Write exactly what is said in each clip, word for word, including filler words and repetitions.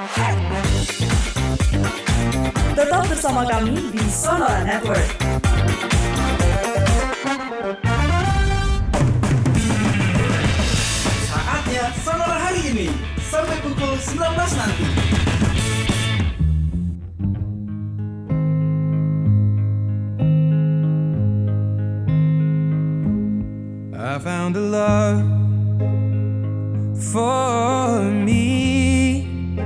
Tetap bersama kami di Sonora Network. Saatnya Sonora hari ini sampai pukul sembilan belas nanti. I found a love for me.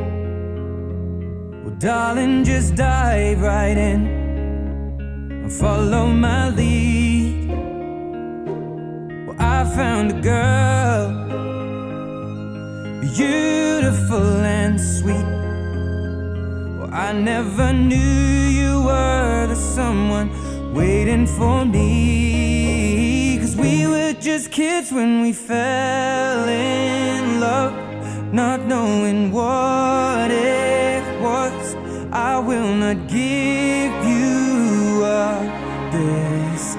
Well, darling, just dive right in and follow my lead. Well, I found a girl, beautiful and sweet. Well, I never knew you were the someone waiting for me. 'Cause we were just kids when we fell in love, not knowing what it was. I will not give you up this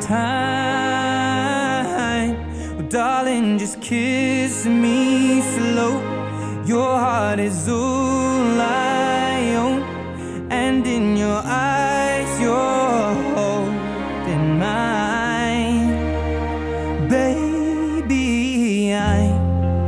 time. Oh, darling, just kiss me slow. Your heart is all I own, and in your eyes you're holding mine. Baby, I'm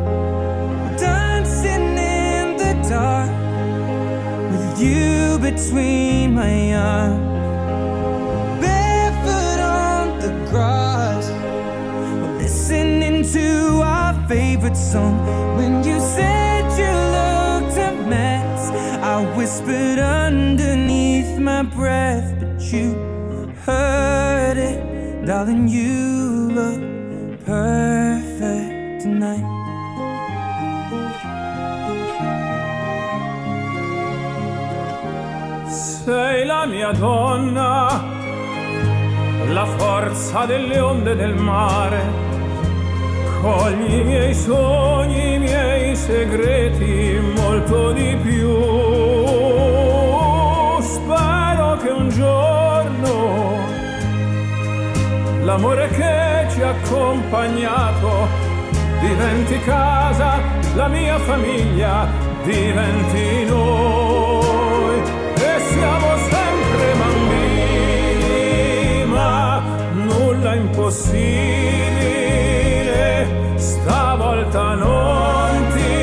dancing in the dark with you between my arms, barefoot on the grass, listening to our favorite song. When you said you looked a mess, I whispered underneath my breath, but you heard it. Darling, you look perfect tonight. Sei la mia donna, la forza delle onde del mare. Cogli i miei sogni, i miei segreti, molto di più. Spero che un giorno l'amore che ci ha accompagnato diventi casa, la mia famiglia diventi noi. E siamo sempre bambini, ma nulla impossibile, stavolta non ti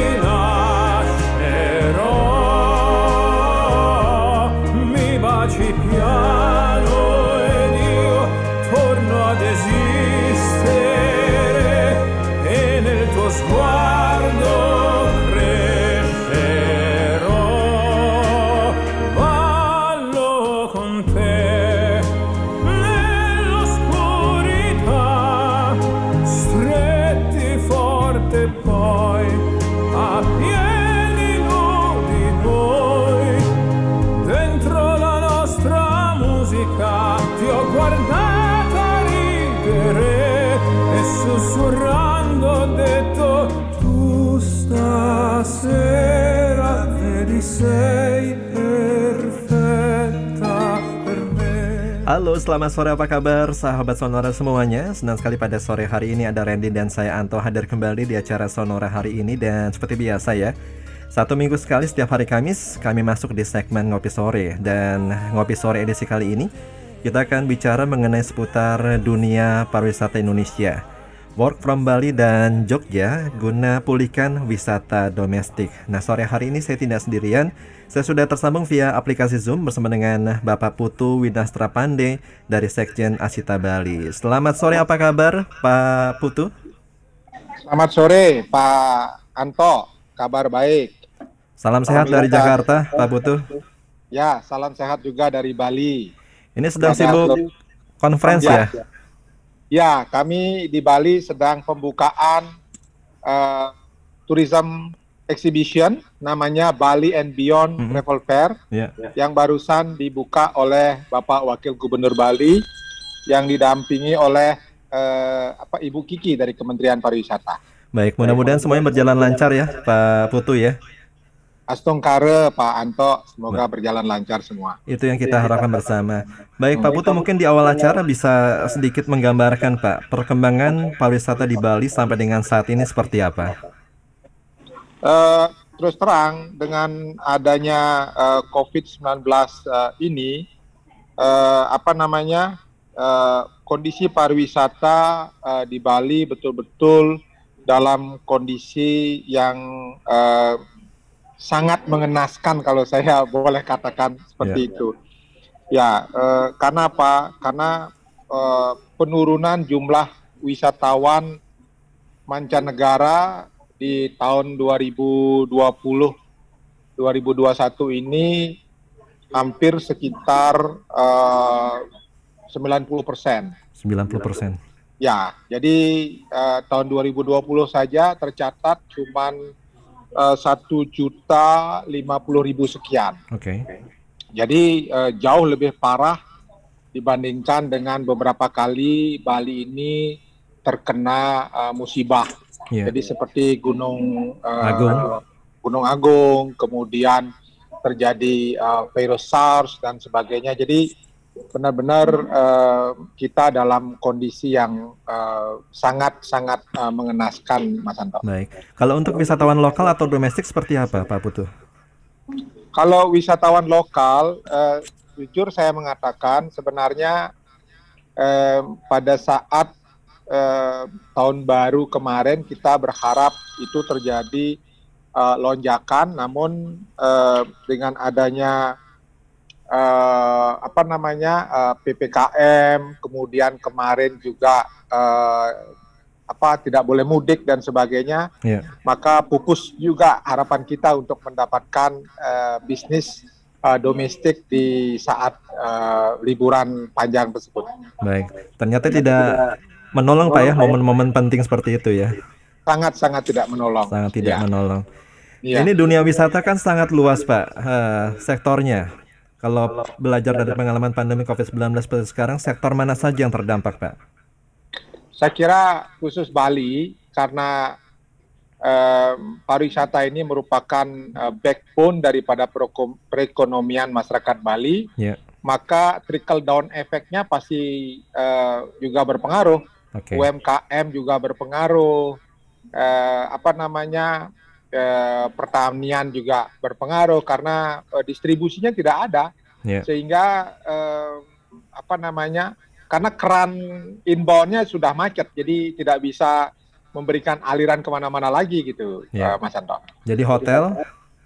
lascerò. Mi baci piano ed io torno ad esistere, e nel tuo sguardo crescerò. Ballo con te nell'oscurità, stretti forte poi a piedi nudi noi. Dentro la nostra musica ti ho guardata ridere e sussurrando ho detto: tu stasera vedi sei perfetta per me. Halo, selamat sore, apa kabar sahabat Sonora semuanya? Senang sekali pada sore hari ini ada Randy dan saya Anto hadir kembali di acara Sonora hari ini. Dan seperti biasa ya, satu minggu sekali setiap hari Kamis kami masuk di segmen Ngopi Sore. Dan Ngopi Sore edisi kali ini kita akan bicara mengenai seputar dunia pariwisata Indonesia, Work from Bali dan Jogja guna pulihkan wisata domestik. Nah, sore hari ini saya tidak sendirian. Saya sudah tersambung via aplikasi Zoom bersama dengan Bapak Putu Winastra Pande dari Sekjen Asita Bali. Selamat sore, apa kabar Pak Putu? Selamat sore Pak Anto, kabar baik. Salam sehat dari Jakarta Pak Putu. Ya, salam sehat juga dari Bali. Ini sedang sibuk conference ya? Ya, kami di Bali sedang pembukaan uh, tourism exhibition namanya Bali and Beyond mm-hmm. Travel Fair yeah. yang barusan dibuka oleh Bapak Wakil Gubernur Bali yang didampingi oleh uh, apa Ibu Kiki dari Kementerian Pariwisata. Baik, mudah-mudahan semuanya berjalan lancar ya Pak Putu ya. Astungkare Pak Anto, semoga berjalan lancar semua. Itu yang kita harapkan bersama. Baik Pak Putu, mungkin di awal acara bisa sedikit menggambarkan Pak perkembangan pariwisata di Bali sampai dengan saat ini seperti apa? Uh, terus terang dengan adanya uh, covid sembilan belas uh, ini, uh, apa namanya, uh, kondisi pariwisata uh, di Bali betul-betul dalam kondisi yang uh, sangat mengenaskan kalau saya boleh katakan seperti yeah. itu. Ya, uh, karena apa? Karena uh, penurunan jumlah wisatawan mancanegara di tahun dua ribu dua puluh dua ribu dua puluh satu ini hampir sekitar uh, sembilan puluh persen. sembilan puluh persen. Ya, jadi uh, tahun dua ribu dua puluh saja tercatat cuman uh, satu juta lima puluh ribu sekian. Oke. Okay. Jadi uh, jauh lebih parah dibandingkan dengan beberapa kali Bali ini terkena uh, musibah. Yeah. Jadi seperti Gunung uh, Agung. Gunung Agung, kemudian terjadi uh, virus SARS dan sebagainya. Jadi benar-benar uh, kita dalam kondisi yang sangat-sangat uh, uh, mengenaskan, Mas Anto. Baik. Kalau untuk wisatawan lokal atau domestik seperti apa, Pak Putu? Kalau wisatawan lokal, uh, jujur saya mengatakan sebenarnya uh, pada saat uh, tahun baru kemarin kita berharap itu terjadi uh, lonjakan, namun uh, dengan adanya Uh, apa namanya uh, P P K M, kemudian kemarin juga uh, apa tidak boleh mudik dan sebagainya, yeah. maka pupus juga harapan kita untuk mendapatkan uh, bisnis uh, domestik di saat uh, liburan panjang tersebut. Baik, ternyata tidak menolong Pak ya momen-momen penting seperti itu ya. Sangat-sangat tidak menolong. Sangat tidak yeah. menolong. Yeah. Ini dunia wisata kan sangat luas Pak uh, sektornya. Kalau belajar dari pengalaman pandemi covid sembilan belas seperti sekarang, sektor mana saja yang terdampak, Pak? Saya kira khusus Bali, karena eh, pariwisata ini merupakan eh, backbone daripada perekonomian masyarakat Bali, yeah. maka trickle down efeknya pasti eh, juga berpengaruh. Okay. U M K M juga berpengaruh, eh, apa namanya, Eh, pertanian juga berpengaruh karena eh, distribusinya tidak ada, yeah. sehingga eh, apa namanya, karena keran inbound-nya sudah macet, jadi tidak bisa memberikan aliran kemana-mana lagi gitu, yeah. eh, Mas Anto. Jadi hotel,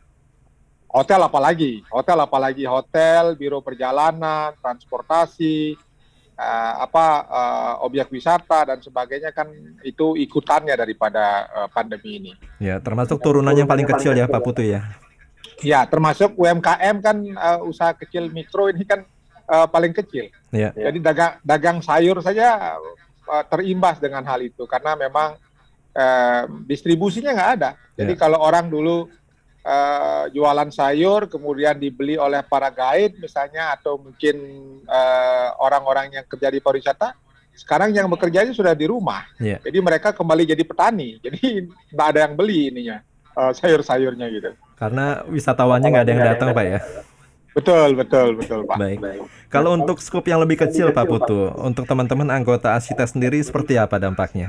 hotel apalagi, hotel apalagi hotel, biro perjalanan, transportasi. Uh, apa uh, objek wisata dan sebagainya kan itu ikutannya daripada uh, pandemi ini. Ya, termasuk turunan yang paling kecil ya Pak Putu ya. Ya, termasuk U M K M kan uh, usaha kecil mikro ini kan uh, paling kecil. Ya. Jadi dagang dagang sayur saja uh, terimbas dengan hal itu karena memang uh, distribusinya nggak ada. Jadi ya. Kalau orang dulu Uh, jualan sayur kemudian dibeli oleh para guide misalnya atau mungkin uh, orang-orang yang kerja di pariwisata, sekarang yang bekerjanya sudah di rumah, yeah. jadi mereka kembali jadi petani, jadi nggak ada yang beli ininya uh, sayur-sayurnya gitu. Karena wisatawannya nggak ada yang datang Pak ya. Betul betul betul Pak. Baik. Baik. Kalau untuk skup yang lebih kecil Pak Putu, untuk teman-teman anggota Asita sendiri seperti apa dampaknya?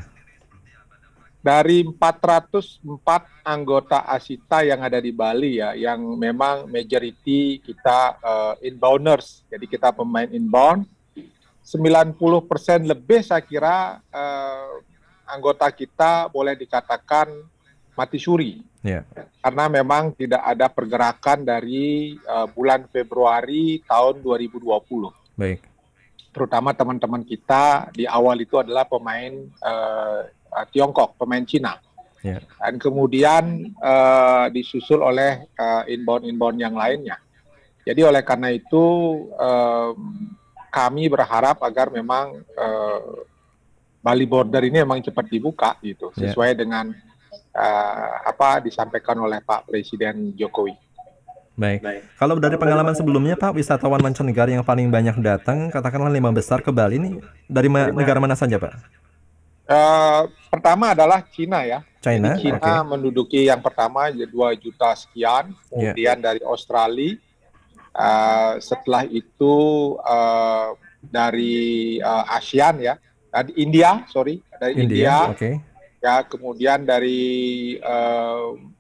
Dari empat ratus empat anggota Asita yang ada di Bali ya, yang memang majority kita uh, inbounders, jadi kita pemain inbound, sembilan puluh persen lebih saya kira uh, anggota kita boleh dikatakan mati suri. Yeah. Karena memang tidak ada pergerakan dari uh, bulan Februari tahun dua ribu dua puluh. Baik. Terutama teman-teman kita di awal itu adalah pemain uh, Tiongkok, pemain Cina, yeah. dan kemudian uh, disusul oleh uh, inbound-inbound yang lainnya. Jadi oleh karena itu uh, kami berharap agar memang uh, Bali border ini memang cepat dibuka gitu, sesuai yeah. dengan uh, apa disampaikan oleh Pak Presiden Jokowi. Baik. Baik. Kalau dari pengalaman sebelumnya Pak, wisatawan mancanegara yang paling banyak datang, katakanlah lima besar ke Bali ini dari ma- negara mana saja Pak? Uh, pertama adalah Cina ya. China, Jadi Cina okay. menduduki yang pertama dua juta sekian, kemudian yeah. dari Australia, uh, setelah itu uh, dari uh, ASEAN ya, dari India, sorry, dari India, India okay. ya, kemudian dari uh,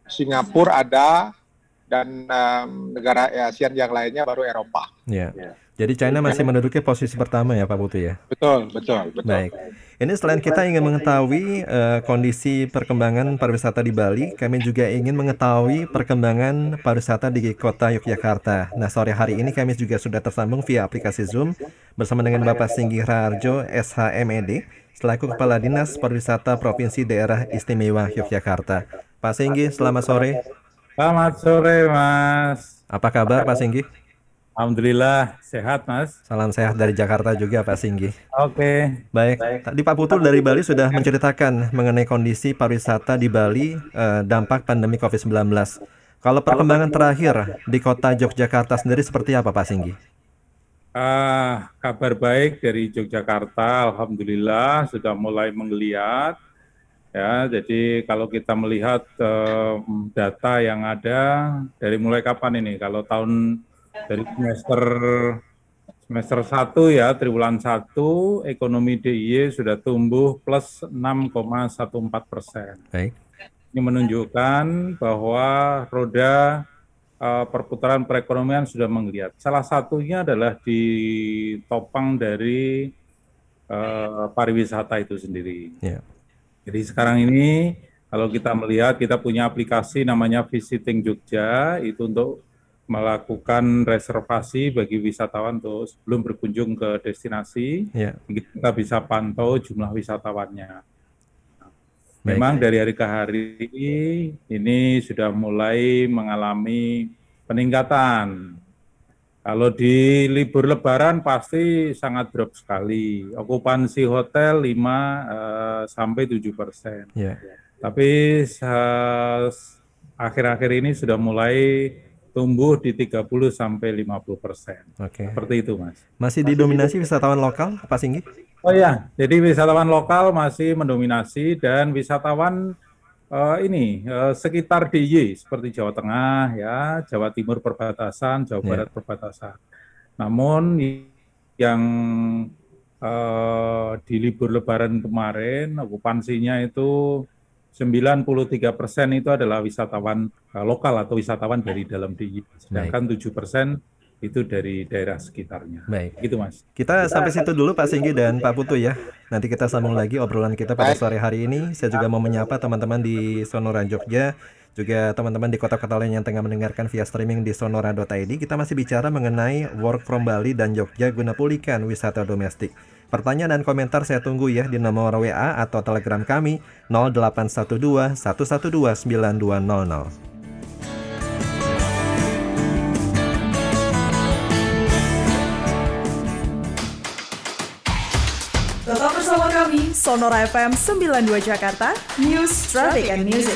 Singapura ada, dan um, negara ASEAN yang lainnya baru Eropa. Ya. Yeah. Jadi China masih menduduki posisi pertama ya Pak Putu ya? Betul, betul, betul. Baik. Ini selain kita ingin mengetahui uh, kondisi perkembangan pariwisata di Bali, kami juga ingin mengetahui perkembangan pariwisata di kota Yogyakarta. Nah, sore hari ini kami juga sudah tersambung via aplikasi Zoom bersama dengan Bapak Singgi Raharjo, S H M E D, selaku Kepala Dinas Pariwisata Provinsi Daerah Istimewa Yogyakarta. Pak Singgi, selamat sore. Selamat sore, Mas. Apa kabar, Pak Singgi? Alhamdulillah sehat, Mas. Salam sehat dari Jakarta juga, Pak Singgi. Oke. Baik. Baik. Tadi Pak Putu dari Bali sudah menceritakan mengenai kondisi pariwisata di Bali eh, dampak pandemi covid sembilan belas. Kalau perkembangan terakhir di kota Yogyakarta sendiri seperti apa, Pak Singgi? Uh, kabar baik dari Yogyakarta, alhamdulillah sudah mulai menggeliat. Ya, jadi kalau kita melihat uh, data yang ada dari mulai kapan ini? Kalau tahun dari semester semester satu ya, triwulan satu, ekonomi D I Y sudah tumbuh plus enam koma empat belas persen. Baik. Ini menunjukkan bahwa roda uh, perputaran perekonomian sudah menggeliat. Salah satunya adalah ditopang dari uh, pariwisata itu sendiri. Yeah. Jadi sekarang ini kalau kita melihat, kita punya aplikasi namanya Visiting Jogja, itu untuk melakukan reservasi bagi wisatawan untuk sebelum berkunjung ke destinasi, yeah. Kita bisa pantau jumlah wisatawannya. Memang dari hari ke hari ini sudah mulai mengalami peningkatan. Kalau di libur Lebaran pasti sangat drop sekali. Okupansi hotel lima sampai tujuh persen. Yeah. Tapi akhir-akhir ini sudah mulai tumbuh di tiga puluh sampai lima puluh persen. Oke. Seperti itu, Mas. Masih didominasi wisatawan lokal, Pak Singgi? Oh ya, jadi wisatawan lokal masih mendominasi dan wisatawan uh, ini uh, sekitar D I Y seperti Jawa Tengah, ya, Jawa Timur perbatasan, Jawa Barat yeah. perbatasan. Namun yang uh, di libur Lebaran kemarin okupansinya itu sembilan puluh tiga persen itu adalah wisatawan uh, lokal atau wisatawan dari dalam D I Y, sedangkan Baik. tujuh persen itu dari daerah sekitarnya. Baik. Gitu, Mas. Kita sampai situ dulu Pak Singgi dan Pak Putu ya. Nanti kita sambung lagi obrolan kita pada sore hari ini. Saya juga mau menyapa teman-teman di Sonora Jogja, juga teman-teman di kota-kota lain yang tengah mendengarkan via streaming di sonora dot i d. Kita masih bicara mengenai work from Bali dan Jogja guna pulihkan wisata domestik. Pertanyaan dan komentar saya tunggu ya di nomor W A atau Telegram kami nol delapan satu dua satu satu dua sembilan dua nol nol. Tetap bersama kami, Sonora F M sembilan puluh dua Jakarta, News, Traffic, and Music.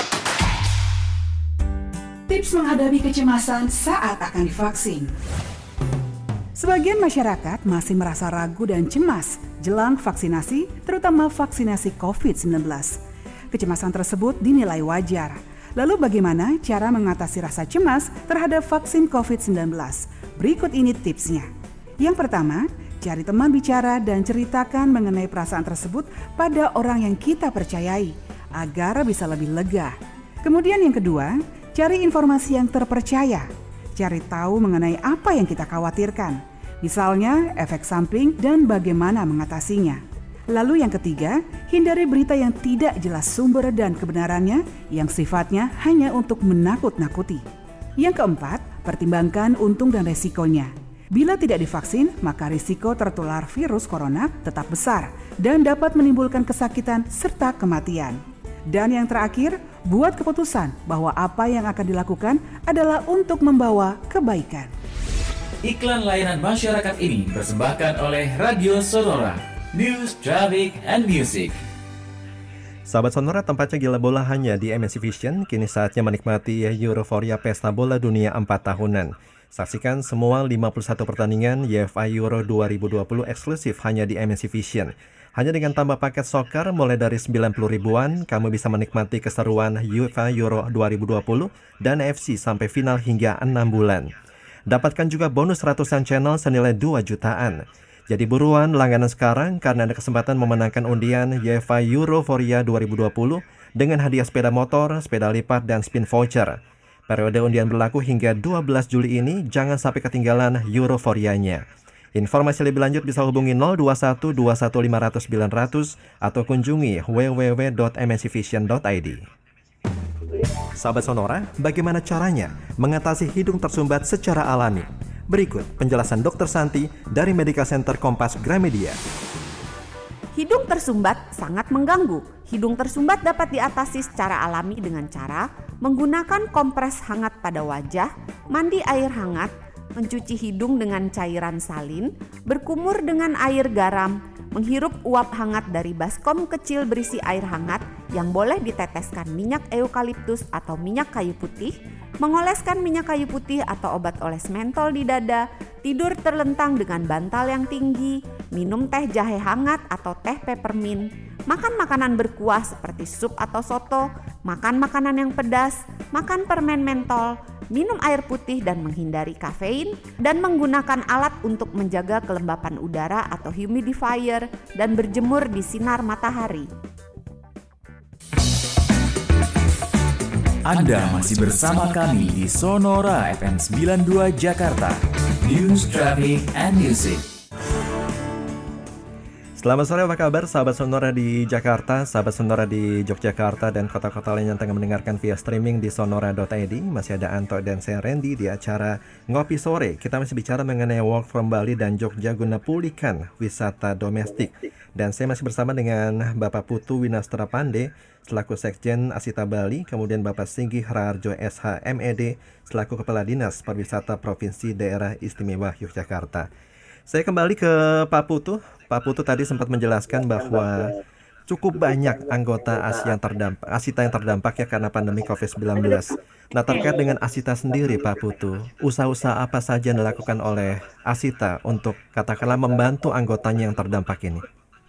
Tips menghadapi kecemasan saat akan divaksin. Sebagian masyarakat masih merasa ragu dan cemas jelang vaksinasi, terutama vaksinasi covid sembilan belas. Kecemasan tersebut dinilai wajar. Lalu bagaimana cara mengatasi rasa cemas terhadap vaksin covid sembilan belas? Berikut ini tipsnya. Yang pertama, cari teman bicara dan ceritakan mengenai perasaan tersebut pada orang yang kita percayai agar bisa lebih lega. Kemudian yang kedua, cari informasi yang terpercaya. Cari tahu mengenai apa yang kita khawatirkan, misalnya efek samping dan bagaimana mengatasinya. Lalu yang ketiga, hindari berita yang tidak jelas sumber dan kebenarannya yang sifatnya hanya untuk menakut-nakuti. Yang keempat, pertimbangkan untung dan resikonya. Bila tidak divaksin, maka risiko tertular virus corona tetap besar dan dapat menimbulkan kesakitan serta kematian. Dan yang terakhir, buat keputusan bahwa apa yang akan dilakukan adalah untuk membawa kebaikan. Iklan layanan masyarakat ini dipersembahkan oleh Radio Sonora, News, Traffic, and Music. Sahabat Sonora, tempatnya gila bola hanya di M N C Vision. Kini saatnya menikmati Euroforia Pesta Bola Dunia empat tahunan. Saksikan semua lima puluh satu pertandingan UEFA Euro dua ribu dua puluh eksklusif hanya di M N C Vision. Hanya dengan tambah paket soccer mulai dari sembilan puluh ribuan, kamu bisa menikmati keseruan UEFA Euro dua ribu dua puluh dan A F C sampai final hingga enam bulan. Dapatkan juga bonus ratusan channel senilai dua jutaan. Jadi buruan langganan sekarang karena ada kesempatan memenangkan undian UEFA Euroforia dua ribu dua puluh dengan hadiah sepeda motor, sepeda lipat, dan spin voucher. Periode undian berlaku hingga dua belas Juli ini, jangan sampai ketinggalan euforianya. Informasi lebih lanjut bisa hubungi nol dua satu dua satu lima nol nol sembilan nol nol atau kunjungi w w w dot m s c vision dot i d. Sahabat Sonora, bagaimana caranya mengatasi hidung tersumbat secara alami? Berikut penjelasan Dokter Santi dari Medical Center Kompas Gramedia. Hidung tersumbat sangat mengganggu. Hidung tersumbat dapat diatasi secara alami dengan cara menggunakan kompres hangat pada wajah, mandi air hangat, mencuci hidung dengan cairan salin, berkumur dengan air garam, menghirup uap hangat dari baskom kecil berisi air hangat yang boleh diteteskan minyak eukaliptus atau minyak kayu putih, mengoleskan minyak kayu putih atau obat oles mentol di dada, tidur terlentang dengan bantal yang tinggi, minum teh jahe hangat atau teh peppermint, makan makanan berkuah seperti sup atau soto, makan makanan yang pedas, makan permen mentol, minum air putih dan menghindari kafein, dan menggunakan alat untuk menjaga kelembapan udara atau humidifier dan berjemur di sinar matahari. Anda masih bersama kami di Sonora F M sembilan puluh dua Jakarta. News, Traffic, and Music. Selamat sore, apa kabar sahabat Sonora di Jakarta, sahabat Sonora di Yogyakarta, dan kota-kota lain yang tengah mendengarkan via streaming di sonora dot i d. Masih ada Anto dan saya Randy di acara Ngopi Sore. Kita masih bicara mengenai Walk from Bali dan Jogja guna pulihkan wisata domestik. Dan saya masih bersama dengan Bapak Putu Winastra Pande selaku Sekjen Asita Bali, kemudian Bapak Singgih Raharjo S H M E D selaku Kepala Dinas Pariwisata Provinsi Daerah Istimewa Yogyakarta. Saya kembali ke Pak Putu. Pak Putu tadi sempat menjelaskan bahwa cukup banyak anggota Asita yang terdampak, Asita yang terdampak ya karena pandemi covid sembilan belas. Nah, terkait dengan Asita sendiri Pak Putu, usaha-usaha apa saja yang dilakukan oleh Asita untuk katakanlah membantu anggotanya yang terdampak ini?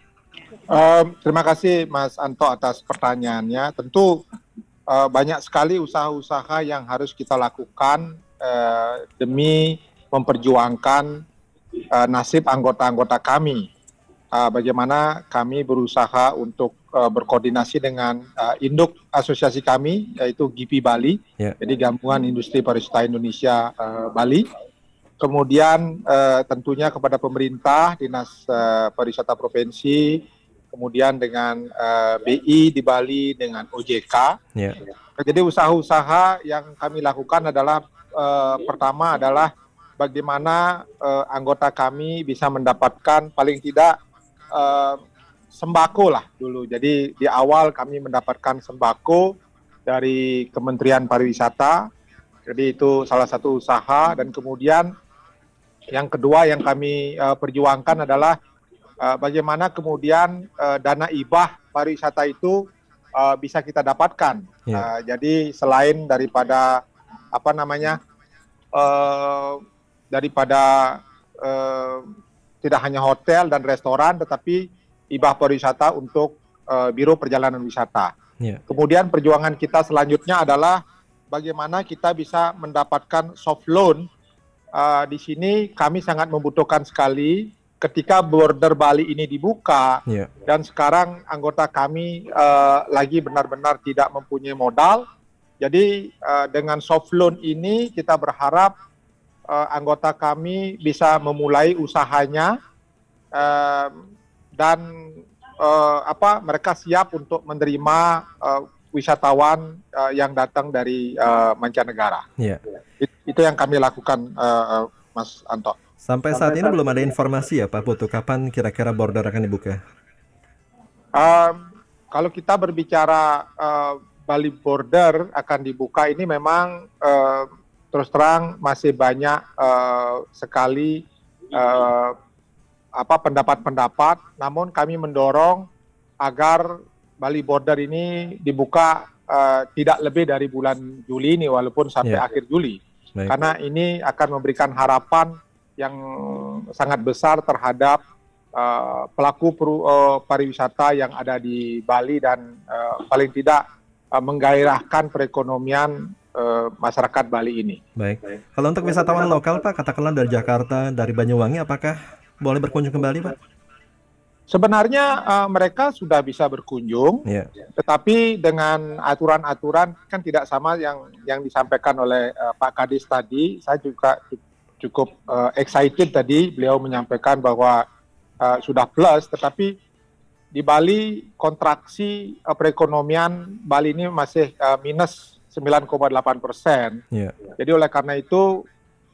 Um, terima kasih Mas Anto atas pertanyaannya. Tentu uh, banyak sekali usaha-usaha yang harus kita lakukan uh, demi memperjuangkan uh, nasib anggota-anggota kami. Uh, bagaimana kami berusaha untuk uh, berkoordinasi dengan uh, induk asosiasi kami, yaitu G I P I Bali, yeah. Jadi Gabungan Industri Pariwisata Indonesia uh, Bali. Kemudian uh, tentunya kepada pemerintah, Dinas uh, Pariwisata Provinsi, kemudian dengan uh, B I di Bali, dengan O J K. Yeah. Jadi usaha-usaha yang kami lakukan adalah uh, pertama adalah bagaimana uh, anggota kami bisa mendapatkan paling tidak uh, sembako lah dulu. Jadi di awal kami mendapatkan sembako dari Kementerian Pariwisata. Jadi itu salah satu usaha. Dan kemudian yang kedua yang kami uh, perjuangkan adalah Uh, bagaimana kemudian uh, dana hibah pariwisata itu uh, bisa kita dapatkan. Yeah. Uh, jadi selain daripada apa namanya uh, daripada uh, tidak hanya hotel dan restoran, tetapi hibah pariwisata untuk uh, Biro Perjalanan Wisata. Yeah. Kemudian perjuangan kita selanjutnya adalah bagaimana kita bisa mendapatkan soft loan. Uh, di sini kami sangat membutuhkan sekali. Ketika border Bali ini dibuka, yeah. Dan sekarang anggota kami uh, lagi benar-benar tidak mempunyai modal, jadi uh, dengan soft loan ini kita berharap uh, anggota kami bisa memulai usahanya uh, dan uh, apa mereka siap untuk menerima uh, wisatawan uh, yang datang dari uh, mancanegara. Yeah. It, itu yang kami lakukan, uh, uh, Mas Anto. Sampai saat ini belum ada informasi ya Pak Putu, kapan kira-kira border akan dibuka? Um, kalau kita berbicara uh, Bali border akan dibuka, ini memang uh, terus terang masih banyak uh, sekali uh, apa pendapat-pendapat, namun kami mendorong agar Bali border ini dibuka uh, tidak lebih dari bulan Juli ini, walaupun sampai yeah. akhir Juli. Baik. Karena ini akan memberikan harapan yang sangat besar terhadap uh, pelaku peru, uh, pariwisata yang ada di Bali dan uh, paling tidak uh, menggairahkan perekonomian uh, masyarakat Bali ini. Baik. Kalau untuk wisatawan lokal Pak, katakanlah dari Jakarta, dari Banyuwangi, apakah boleh berkunjung ke Bali Pak? Sebenarnya uh, mereka sudah bisa berkunjung, yeah. tetapi dengan aturan-aturan kan tidak sama yang yang disampaikan oleh uh, Pak Kadis tadi. Saya juga cukup uh, excited tadi, beliau menyampaikan bahwa uh, sudah plus, tetapi di Bali kontraksi uh, perekonomian Bali ini masih uh, minus sembilan koma delapan persen. Yeah. Jadi oleh karena itu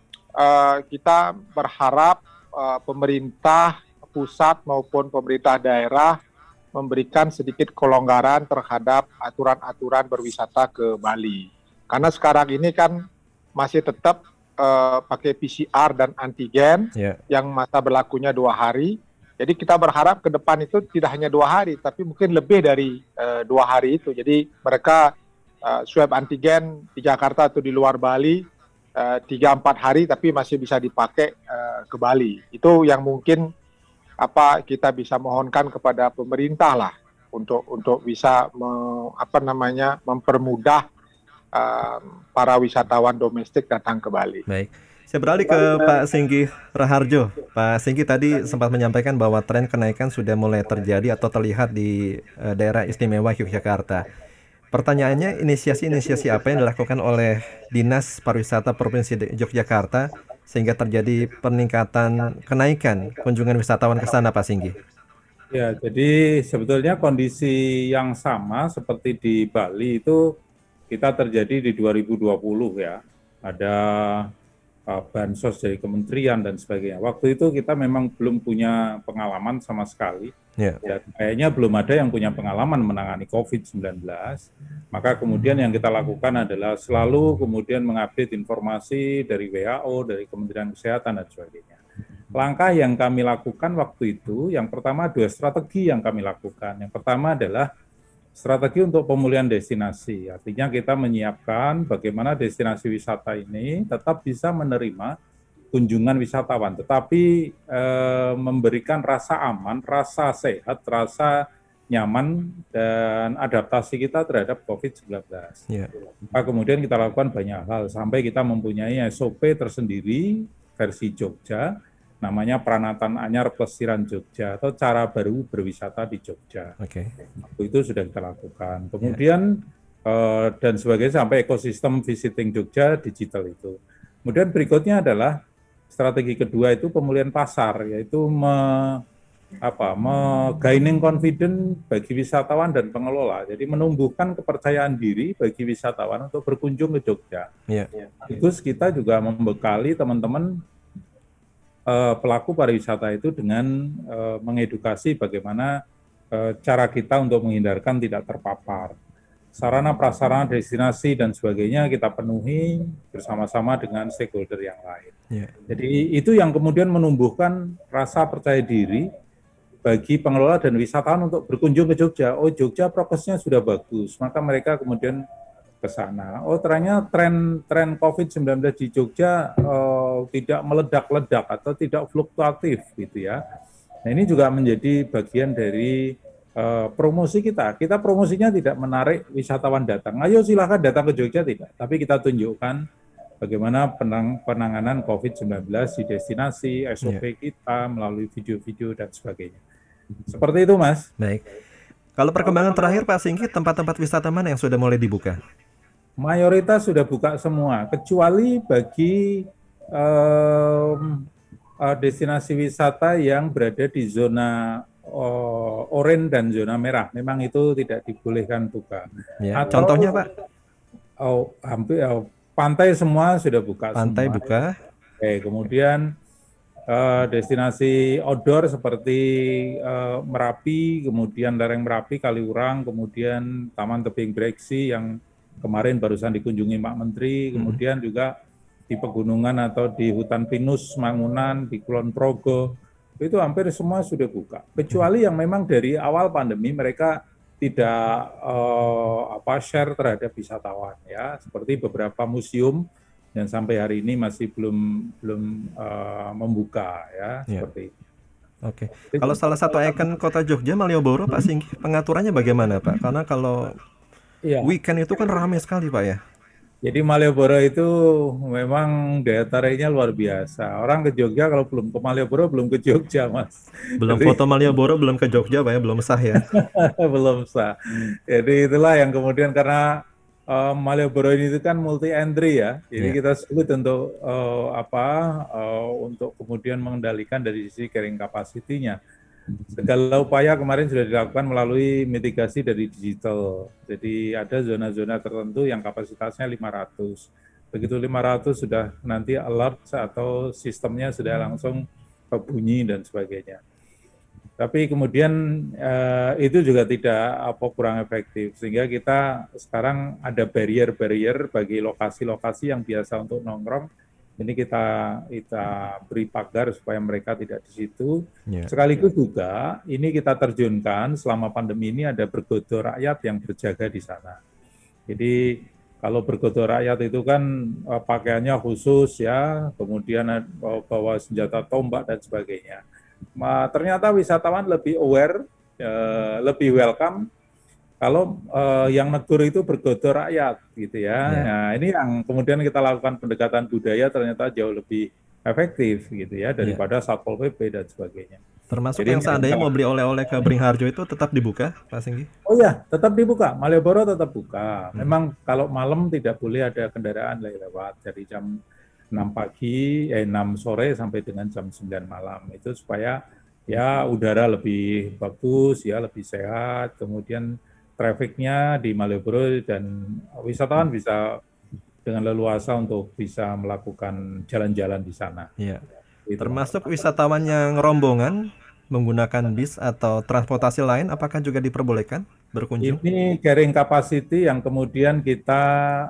uh, kita berharap uh, pemerintah pusat maupun pemerintah daerah memberikan sedikit kelonggaran terhadap aturan-aturan berwisata ke Bali. Karena sekarang ini kan masih tetap uh, pakai P C R dan antigen yeah. yang masa berlakunya dua hari. Jadi kita berharap ke depan itu tidak hanya dua hari, tapi mungkin lebih dari uh, dua hari itu. Jadi mereka uh, swab antigen di Jakarta atau di luar Bali tiga sampai empat hari, tapi masih bisa dipakai uh, ke Bali. Itu yang mungkin apa kita bisa mohonkan kepada pemerintah lah untuk untuk bisa me, apa namanya mempermudah uh, para wisatawan domestik datang ke Bali. Baik, saya beralih ke Pak Singgi Raharjo. Pak Singgi tadi sempat menyampaikan bahwa tren kenaikan sudah mulai terjadi atau terlihat di uh, daerah istimewa Yogyakarta. Pertanyaannya, inisiasi-inisiasi apa yang dilakukan oleh Dinas Pariwisata Provinsi Yogyakarta sehingga terjadi peningkatan kenaikan kunjungan wisatawan ke sana, Pak Singgi? Ya, jadi sebetulnya kondisi yang sama seperti di Bali itu kita terjadi di dua ribu dua puluh ya. Ada uh, bansos dari kementerian dan sebagainya. Waktu itu kita memang belum punya pengalaman sama sekali. Yeah. Ya, kayaknya belum ada yang punya pengalaman menangani covid sembilan belas. Maka kemudian yang kita lakukan adalah selalu kemudian mengupdate informasi dari W H O, dari Kementerian Kesehatan dan sebagainya. Langkah yang kami lakukan waktu itu, yang pertama dua strategi yang kami lakukan. Yang pertama adalah strategi untuk pemulihan destinasi. Artinya kita menyiapkan bagaimana destinasi wisata ini tetap bisa menerima kunjungan wisatawan, tetapi eh, memberikan rasa aman, rasa sehat, rasa nyaman, dan adaptasi kita terhadap covid sembilan belas. Yeah. Nah, kemudian kita lakukan banyak hal, sampai kita mempunyai S O P tersendiri versi Jogja, namanya Pranatan Anyar Plesiran Jogja, atau cara baru berwisata di Jogja. Okay. Itu sudah kita lakukan. Kemudian, yeah. eh, dan sebagainya sampai ekosistem visiting Jogja digital itu. Kemudian berikutnya adalah strategi kedua itu pemulihan pasar, yaitu me, apa, me gaining confidence bagi wisatawan dan pengelola. Jadi menumbuhkan kepercayaan diri bagi wisatawan untuk berkunjung ke Jogja. Yeah. Terus kita juga membekali teman-teman uh, pelaku pariwisata itu dengan uh, mengedukasi bagaimana uh, cara kita untuk menghindarkan tidak terpapar. Sarana prasarana destinasi dan sebagainya kita penuhi bersama-sama dengan stakeholder yang lain. Yeah. Jadi itu yang kemudian menumbuhkan rasa percaya diri bagi pengelola dan wisatawan untuk berkunjung ke Jogja. Oh, Jogja prokesnya sudah bagus, maka mereka kemudian ke sana. Oh, ternyata tren tren covid sembilan belas di Jogja oh, tidak meledak-ledak atau tidak fluktuatif gitu ya. Nah, ini juga menjadi bagian dari uh, promosi kita. Kita promosinya tidak menarik wisatawan datang. Ayo silakan datang ke Jogja, tidak. Tapi kita tunjukkan bagaimana penang, penanganan covid sembilan belas di destinasi, S O P yeah. kita melalui video-video dan sebagainya. Seperti itu, Mas. Baik. Kalau perkembangan terakhir, Pak Singgi, tempat-tempat wisata mana yang sudah mulai dibuka? Mayoritas sudah buka semua, kecuali bagi um, uh, destinasi wisata yang berada di zona uh, oranye dan zona merah. Memang itu tidak dibolehkan buka. Ya, atau, contohnya, Pak? Oh, hampir oh, pantai semua sudah buka. Pantai semua. Buka. Oke, kemudian Uh, destinasi outdoor seperti uh, Merapi, kemudian lereng Merapi, Kaliurang, kemudian Taman Tebing Breksi yang kemarin barusan dikunjungi Pak Menteri, kemudian hmm. juga di pegunungan atau di hutan pinus Mangunan, di Kulon Progo, itu hampir semua sudah buka. Kecuali yang memang dari awal pandemi mereka tidak uh, apa share terhadap wisatawan ya, seperti beberapa museum yang sampai hari ini masih belum belum uh, membuka ya, yeah. seperti itu. Oke. Okay. Kalau salah satu ikon kota Jogja, Malioboro, Pak Singgi, pengaturannya bagaimana, Pak? Karena kalau yeah. weekend itu kan ramai sekali, Pak ya. Jadi Malioboro itu memang daya tariknya luar biasa. Orang ke Jogja kalau belum ke Malioboro belum ke Jogja, Mas. Belum Jadi, foto Malioboro belum ke Jogja, Pak ya, belum sah ya. Belum sah. Jadi itulah yang kemudian karena uh, Malioboro ini itu kan multi entry ya. Jadi yeah. kita sulit untuk uh, apa uh, untuk kemudian mengendalikan dari sisi carrying capacity-nya. Segala upaya kemarin sudah dilakukan melalui mitigasi dari digital. Jadi ada zona-zona tertentu yang kapasitasnya lima ratus. Begitu lima ratus sudah nanti alert atau sistemnya sudah langsung berbunyi dan sebagainya. Tapi kemudian eh, itu juga tidak apa kurang efektif. Sehingga kita sekarang ada barrier-barrier bagi lokasi-lokasi yang biasa untuk nongkrong. Ini kita kita beri pagar supaya mereka tidak di situ. Yeah, Sekaligus yeah. juga ini kita terjunkan selama pandemi ini ada bergodo rakyat yang berjaga di sana. Jadi kalau bergodo rakyat itu kan uh, pakaiannya khusus ya, kemudian uh, bawa senjata tombak dan sebagainya. Ma, ternyata wisatawan lebih aware, uh, lebih welcome. Kalau uh, yang negur itu bergodo rakyat, gitu ya. Yeah. Nah, ini yang kemudian kita lakukan pendekatan budaya ternyata jauh lebih efektif, gitu ya, daripada yeah. Satpol P P dan sebagainya. Termasuk Jadi yang seandainya mau beli oleh-oleh ke Beringharjo itu tetap dibuka, Pak Singgi? Oh ya, tetap dibuka. Malioboro tetap buka. Hmm. Memang kalau malam tidak boleh ada kendaraan lewat dari jam enam pagi, eh enam sore sampai dengan jam sembilan malam. Itu supaya ya udara lebih bagus, ya lebih sehat. Kemudian trafiknya di Malioboro dan wisatawan bisa dengan leluasa untuk bisa melakukan jalan-jalan di sana. Iya. Itu. Termasuk wisatawan yang rombongan menggunakan bis atau transportasi lain, apakah juga diperbolehkan berkunjung? Ini carrying capacity yang kemudian kita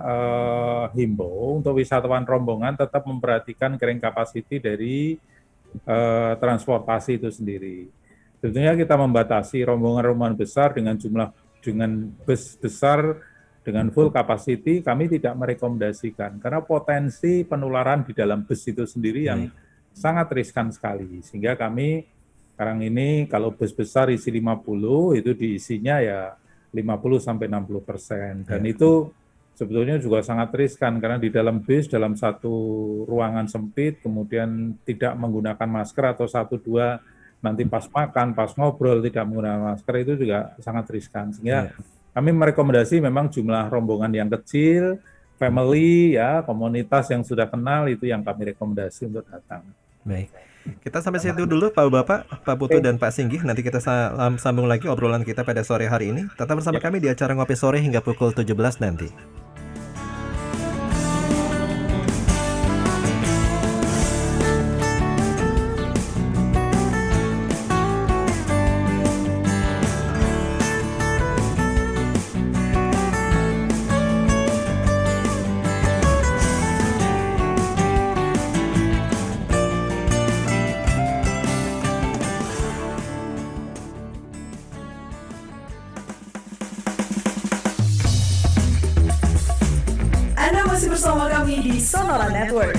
uh, himbau untuk wisatawan rombongan tetap memperhatikan carrying capacity dari uh, transportasi itu sendiri. Tentunya kita membatasi rombongan-rombongan besar dengan jumlah dengan bus besar dengan full capacity kami tidak merekomendasikan karena potensi penularan di dalam bus itu sendiri yang hmm. sangat riskan sekali sehingga kami sekarang ini kalau bus besar isi lima puluh itu diisinya ya lima puluh sampai enam puluh persen dan hmm. itu sebetulnya juga sangat riskan karena di dalam bus dalam satu ruangan sempit kemudian tidak menggunakan masker atau satu dua nanti pas makan, pas ngobrol tidak menggunakan masker itu juga sangat riskan. Sehingga yeah. kami merekomendasi memang jumlah rombongan yang kecil, family ya, komunitas yang sudah kenal itu yang kami rekomendasi untuk datang. Baik. Kita sampai situ dulu Pak Bapak, Pak Putu dan Pak Singgih. Nanti kita sambung lagi obrolan kita pada sore hari ini. Tetap bersama yeah. kami di acara Ngopi Sore hingga pukul tujuh belas nanti. Bersama kami di Sonora Network.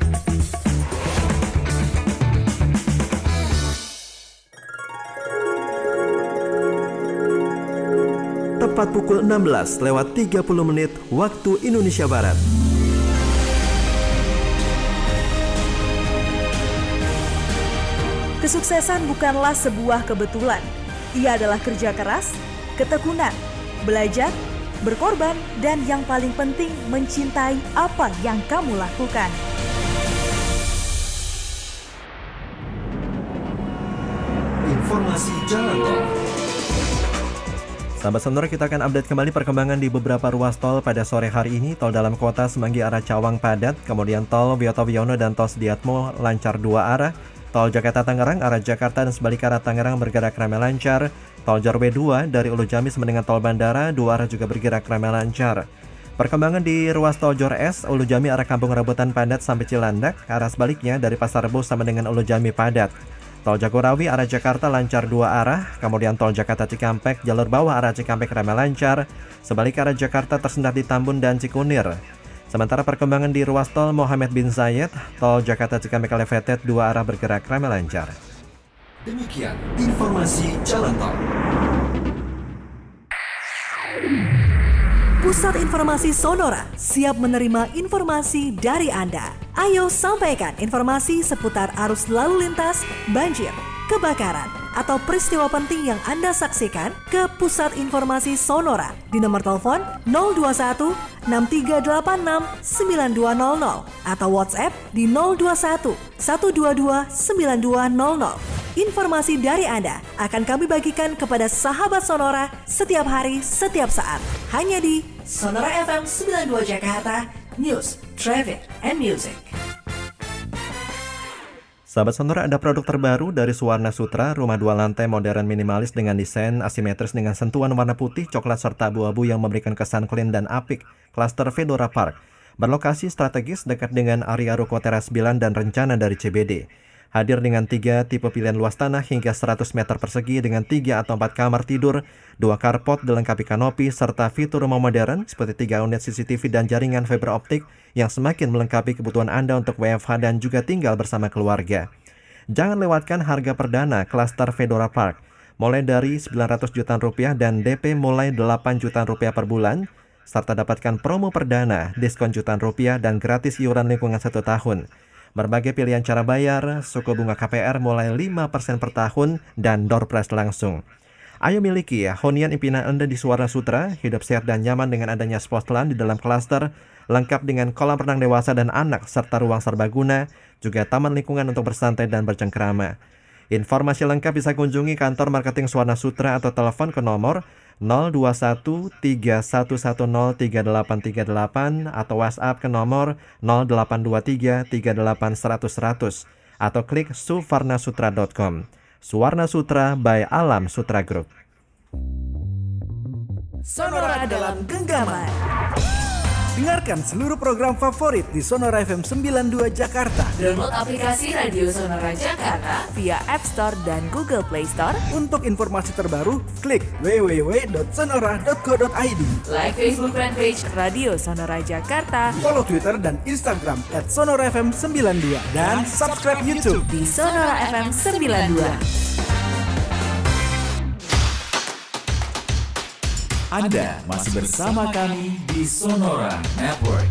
Tepat pukul enam belas lewat tiga puluh menit waktu Indonesia Barat. Kesuksesan bukanlah sebuah kebetulan. Ia adalah kerja keras, ketekunan, belajar, berkorban, dan yang paling penting mencintai apa yang kamu lakukan. Informasi jalan tol. Sahabat Sonora, kita akan update kembali perkembangan di beberapa ruas tol pada sore hari ini. Tol dalam kota Semanggi arah Cawang padat, kemudian tol Wiyoto Wiono dan tol Sediatmo lancar dua arah. Tol Jakarta Tangerang arah Jakarta dan sebaliknya arah Tangerang bergerak ramai lancar. Tol Jorwe dua dari Ulu Jami sama dengan tol Bandara, dua arah juga bergerak ramai lancar. Perkembangan di ruas tol Jor S, Ulu Jami arah Kampung Rambutan padat sampai Cilandak, arah sebaliknya dari Pasar Rebo sama dengan Ulu Jami padat. Tol Jagorawi arah Jakarta lancar dua arah, kemudian tol Jakarta Cikampek jalur bawah arah Cikampek ramai lancar, sebaliknya arah Jakarta tersendat di Tambun dan Cikunir. Sementara perkembangan di ruas tol Mohammed bin Zayed, tol Jakarta Cikampek Elevated dua arah bergerak ramai lancar. Demikian informasi jalan tol. Pusat Informasi Sonora siap menerima informasi dari Anda. Ayo sampaikan informasi seputar arus lalu lintas, banjir, kebakaran, atau peristiwa penting yang Anda saksikan ke Pusat Informasi Sonora di nomor telepon nol dua satu enam tiga delapan enam sembilan dua nol nol atau WhatsApp di nol dua satu satu dua dua sembilan dua nol nol. Informasi dari Anda akan kami bagikan kepada sahabat Sonora setiap hari, setiap saat. Hanya di Sonora F M sembilan puluh dua Jakarta, News, Traffic, and Music. Sahabat Sonora, ada produk terbaru dari Suwarna Sutra, rumah dua lantai modern minimalis dengan desain asimetris dengan sentuhan warna putih, coklat, serta abu-abu yang memberikan kesan clean dan apik. Klaster Fedora Park berlokasi strategis dekat dengan area Ruko Teras Bilan dan rencana dari C B D. Hadir dengan tiga tipe pilihan luas tanah hingga seratus meter persegi dengan tiga atau empat kamar tidur, dua carport dilengkapi kanopi, serta fitur rumah modern seperti tiga unit C C T V dan jaringan fiber optik yang semakin melengkapi kebutuhan Anda untuk W F H dan juga tinggal bersama keluarga. Jangan lewatkan harga perdana klaster Fedora Park, mulai dari sembilan ratus jutaan rupiah dan D P mulai delapan jutaan rupiah per bulan, serta dapatkan promo perdana, diskon jutaan rupiah dan gratis iuran lingkungan satu tahun. Berbagai pilihan cara bayar, suku bunga K P R mulai lima persen per tahun, dan door prize langsung. Ayo miliki ya hunian impian Anda di Suwarna Sutra, hidup sehat dan nyaman dengan adanya spotland di dalam klaster, lengkap dengan kolam renang dewasa dan anak, serta ruang serbaguna, juga taman lingkungan untuk bersantai dan bercengkrama. Informasi lengkap bisa kunjungi kantor marketing Suwarna Sutra atau telepon ke nomor nol dua satu tiga satu satu nol tiga delapan tiga delapan atau WhatsApp ke nomor nol delapan dua tiga tiga delapan seratus seratus atau klik suvarnasutra dot com. Suwarna Sutra by Alam Sutra Group. Sonora dalam genggaman. Dengarkan seluruh program favorit di Sonora F M sembilan puluh dua Jakarta. Download aplikasi Radio Sonora Jakarta via App Store dan Google Play Store. Untuk informasi terbaru, klik w w w dot sonora dot co dot i d. Like Facebook fanpage Radio Sonora Jakarta. Follow Twitter dan Instagram at sonora f m sembilan puluh dua. Dan subscribe YouTube di Sonora F M sembilan puluh dua. Anda masih bersama kami di Sonora Network.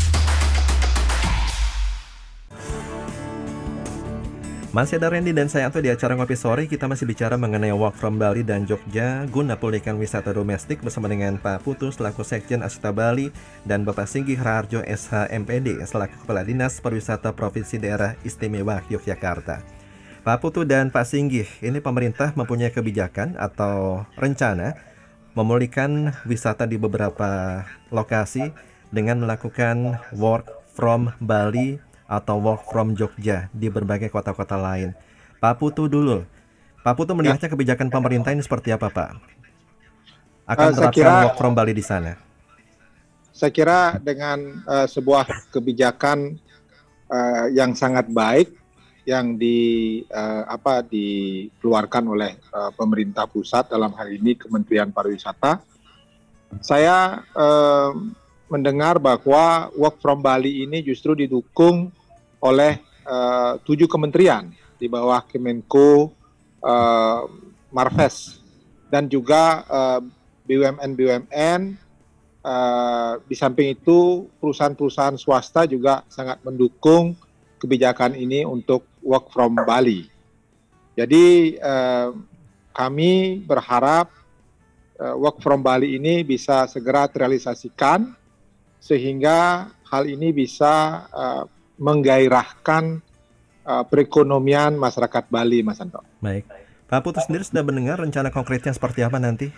Masih ada Randy dan saya Anto di acara Ngopi Sore. Kita masih bicara mengenai Walk from Bali dan Jogja guna pulihkan wisata domestik bersama dengan Pak Putu selaku Sekjen Asita Bali dan Bapak Singgih Raharjo S H M P D selaku Kepala Dinas Pariwisata Provinsi Daerah Istimewa Yogyakarta. Pak Putu dan Pak Singgih, ini pemerintah mempunyai kebijakan atau rencana memulihkan wisata di beberapa lokasi dengan melakukan work from Bali atau work from Jogja di berbagai kota-kota lain. Pak Putu dulu, Pak Putu melihatnya kebijakan pemerintah ini seperti apa, Pak? Akan uh, terapkan kira, work from Bali di sana? Saya kira dengan uh, sebuah kebijakan uh, yang sangat baik yang di uh, apa dikeluarkan oleh uh, pemerintah pusat, dalam hal ini Kementerian Pariwisata. Saya uh, mendengar bahwa work from Bali ini justru didukung oleh uh, tujuh kementerian di bawah Kemenko, uh, Marves, dan juga uh, B U M N B U M N. Uh, di samping itu perusahaan-perusahaan swasta juga sangat mendukung kebijakan ini untuk work from Bali. Jadi eh, kami berharap eh, work from Bali ini bisa segera terrealisasikan sehingga hal ini bisa eh, menggairahkan eh, perekonomian masyarakat Bali, Mas Anto. Baik, Pak Putu sendiri sudah mendengar rencana konkretnya seperti apa nanti?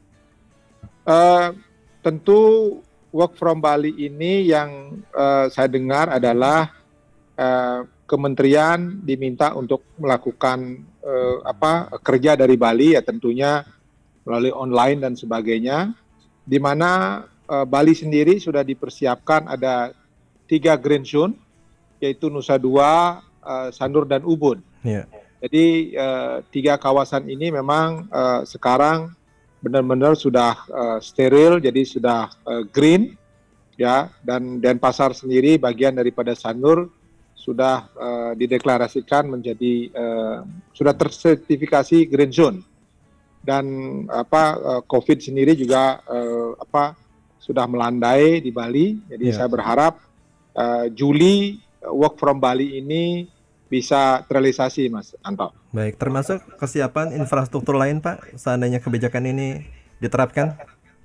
Eh, tentu work from Bali ini yang eh, saya dengar adalah Uh, kementerian diminta untuk melakukan uh, apa kerja dari Bali, ya tentunya melalui online dan sebagainya, di mana uh, Bali sendiri sudah dipersiapkan ada tiga green zone, yaitu Nusa Dua, uh, Sanur dan Ubud. Yeah. Jadi uh, tiga kawasan ini memang uh, sekarang benar-benar sudah uh, steril, jadi sudah uh, green, ya, dan Denpasar sendiri bagian daripada Sanur sudah uh, dideklarasikan menjadi uh, sudah tersertifikasi green zone, dan apa uh, COVID sendiri juga uh, apa sudah melandai di Bali. Jadi yeah. saya berharap uh, Juli work from Bali ini bisa terrealisasi, Mas Anto. Baik, termasuk kesiapan infrastruktur lain, Pak, seandainya kebijakan ini diterapkan?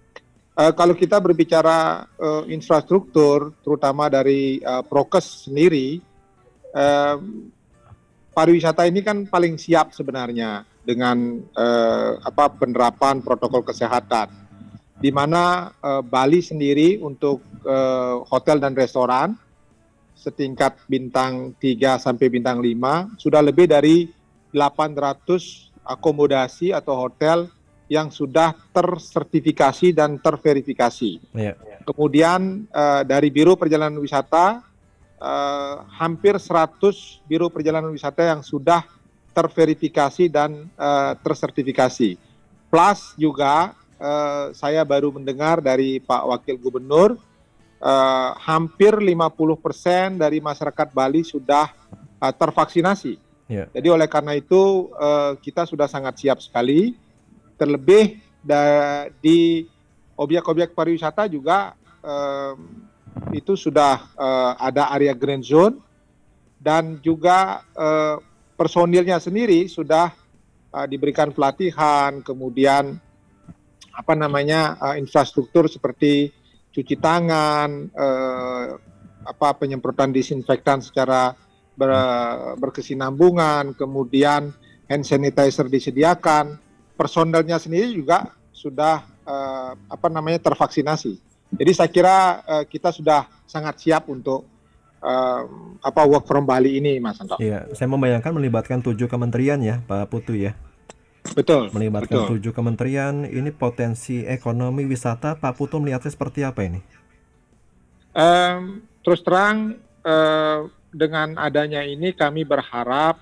Uh, kalau kita berbicara uh, infrastruktur, terutama dari uh, prokes sendiri, uh, pariwisata ini kan paling siap sebenarnya dengan uh, apa penerapan protokol kesehatan, di mana uh, Bali sendiri untuk uh, hotel dan restoran setingkat bintang tiga sampai bintang lima sudah lebih dari delapan ratus akomodasi atau hotel yang sudah tersertifikasi dan terverifikasi. Yeah. Kemudian uh, dari Biro Perjalanan Wisata, uh, hampir seratus biro perjalanan wisata yang sudah terverifikasi dan uh, tersertifikasi. Plus juga uh, saya baru mendengar dari Pak Wakil Gubernur, uh, hampir lima puluh persen dari masyarakat Bali sudah uh, tervaksinasi. Yeah. Jadi oleh karena itu uh, kita sudah sangat siap sekali. Terlebih da- di objek-objek pariwisata juga um, itu sudah uh, ada area green zone, dan juga uh, personilnya sendiri sudah uh, diberikan pelatihan, kemudian apa namanya uh, infrastruktur seperti cuci tangan, uh, apa penyemprotan disinfektan secara ber- berkesinambungan, kemudian hand sanitizer disediakan. Personelnya sendiri juga sudah uh, apa namanya tervaksinasi. Jadi saya kira uh, kita sudah sangat siap untuk uh, apa work from Bali ini, Mas Anto. Iya, saya membayangkan melibatkan tujuh kementerian ya, Pak Putu ya. Betul. Melibatkan betul. tujuh kementerian, ini potensi ekonomi wisata, Pak Putu melihatnya seperti apa ini? Um, terus terang uh, dengan adanya ini kami berharap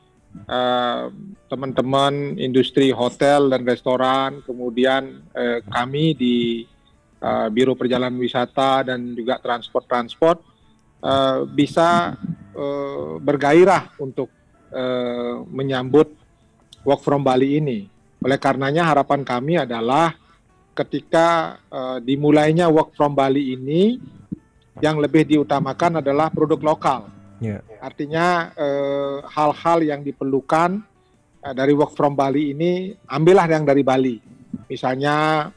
Uh, teman-teman industri hotel dan restoran, kemudian uh, kami di uh, Biro Perjalanan Wisata dan juga transport-transport uh, bisa uh, bergairah untuk uh, menyambut work from Bali ini. Oleh karenanya harapan kami adalah ketika uh, dimulainya work from Bali ini, yang lebih diutamakan adalah produk lokal. Yeah. Artinya eh, hal-hal yang diperlukan eh, dari work from Bali ini, ambillah yang dari Bali. Misalnya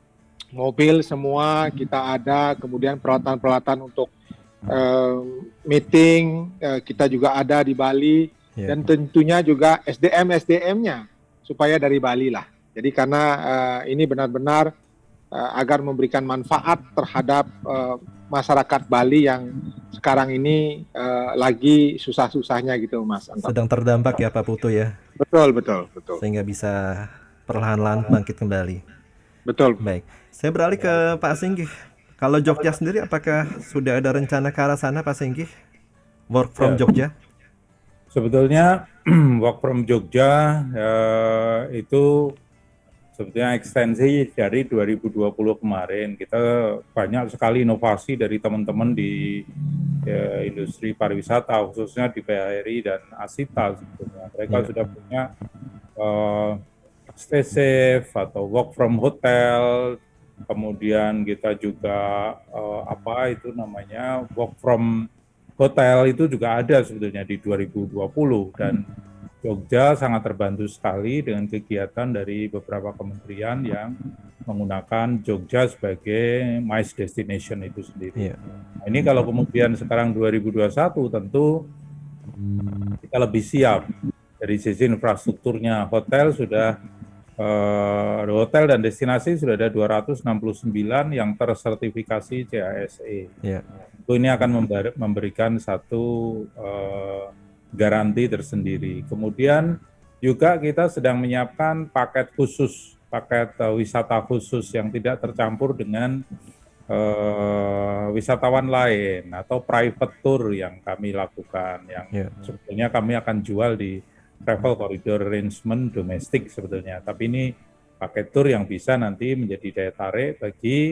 mobil semua kita ada, kemudian peralatan-peralatan untuk eh, meeting eh, kita juga ada di Bali, yeah. Dan tentunya juga S D M S D M-nya supaya dari Bali lah. Jadi karena eh, ini benar-benar eh, agar memberikan manfaat terhadap eh, masyarakat Bali yang sekarang ini uh, lagi susah-susahnya gitu, Mas Anto. Sedang terdampak ya Pak Putu ya. Betul, betul, betul. Sehingga bisa perlahan-lahan bangkit kembali. Betul. Baik. Saya beralih ke Pak Singgih. Kalau Jogja sendiri, apakah sudah ada rencana ke arah sana, Pak Singgih? Work from ya. Jogja? Sebetulnya work from Jogja uh, itu sebetulnya ekstensi dari dua ribu dua puluh kemarin. Kita banyak sekali inovasi dari teman-teman di ya, industri pariwisata, khususnya di P H R I dan Asita sebetulnya. Mereka yeah. sudah punya uh, stay safe atau work from hotel, kemudian kita juga uh, apa itu namanya work from hotel itu juga ada sebetulnya di dua ribu dua puluh, dan Jogja sangat terbantu sekali dengan kegiatan dari beberapa kementerian yang menggunakan Jogja sebagai MICE destination itu sendiri. Yeah. Nah, ini kalau kemudian sekarang dua ribu dua puluh satu tentu kita lebih siap dari sisi infrastrukturnya. Hotel sudah eh, hotel dan destinasi sudah ada dua ratus enam puluh sembilan yang tersertifikasi C A S E. Yeah. Tentu ini akan memberikan satu eh, garansi tersendiri. Kemudian juga kita sedang menyiapkan paket khusus, paket uh, wisata khusus yang tidak tercampur dengan uh, wisatawan lain atau private tour yang kami lakukan, yang yeah. sebetulnya kami akan jual di travel corridor arrangement domestik sebetulnya. Tapi ini paket tour yang bisa nanti menjadi daya tarik bagi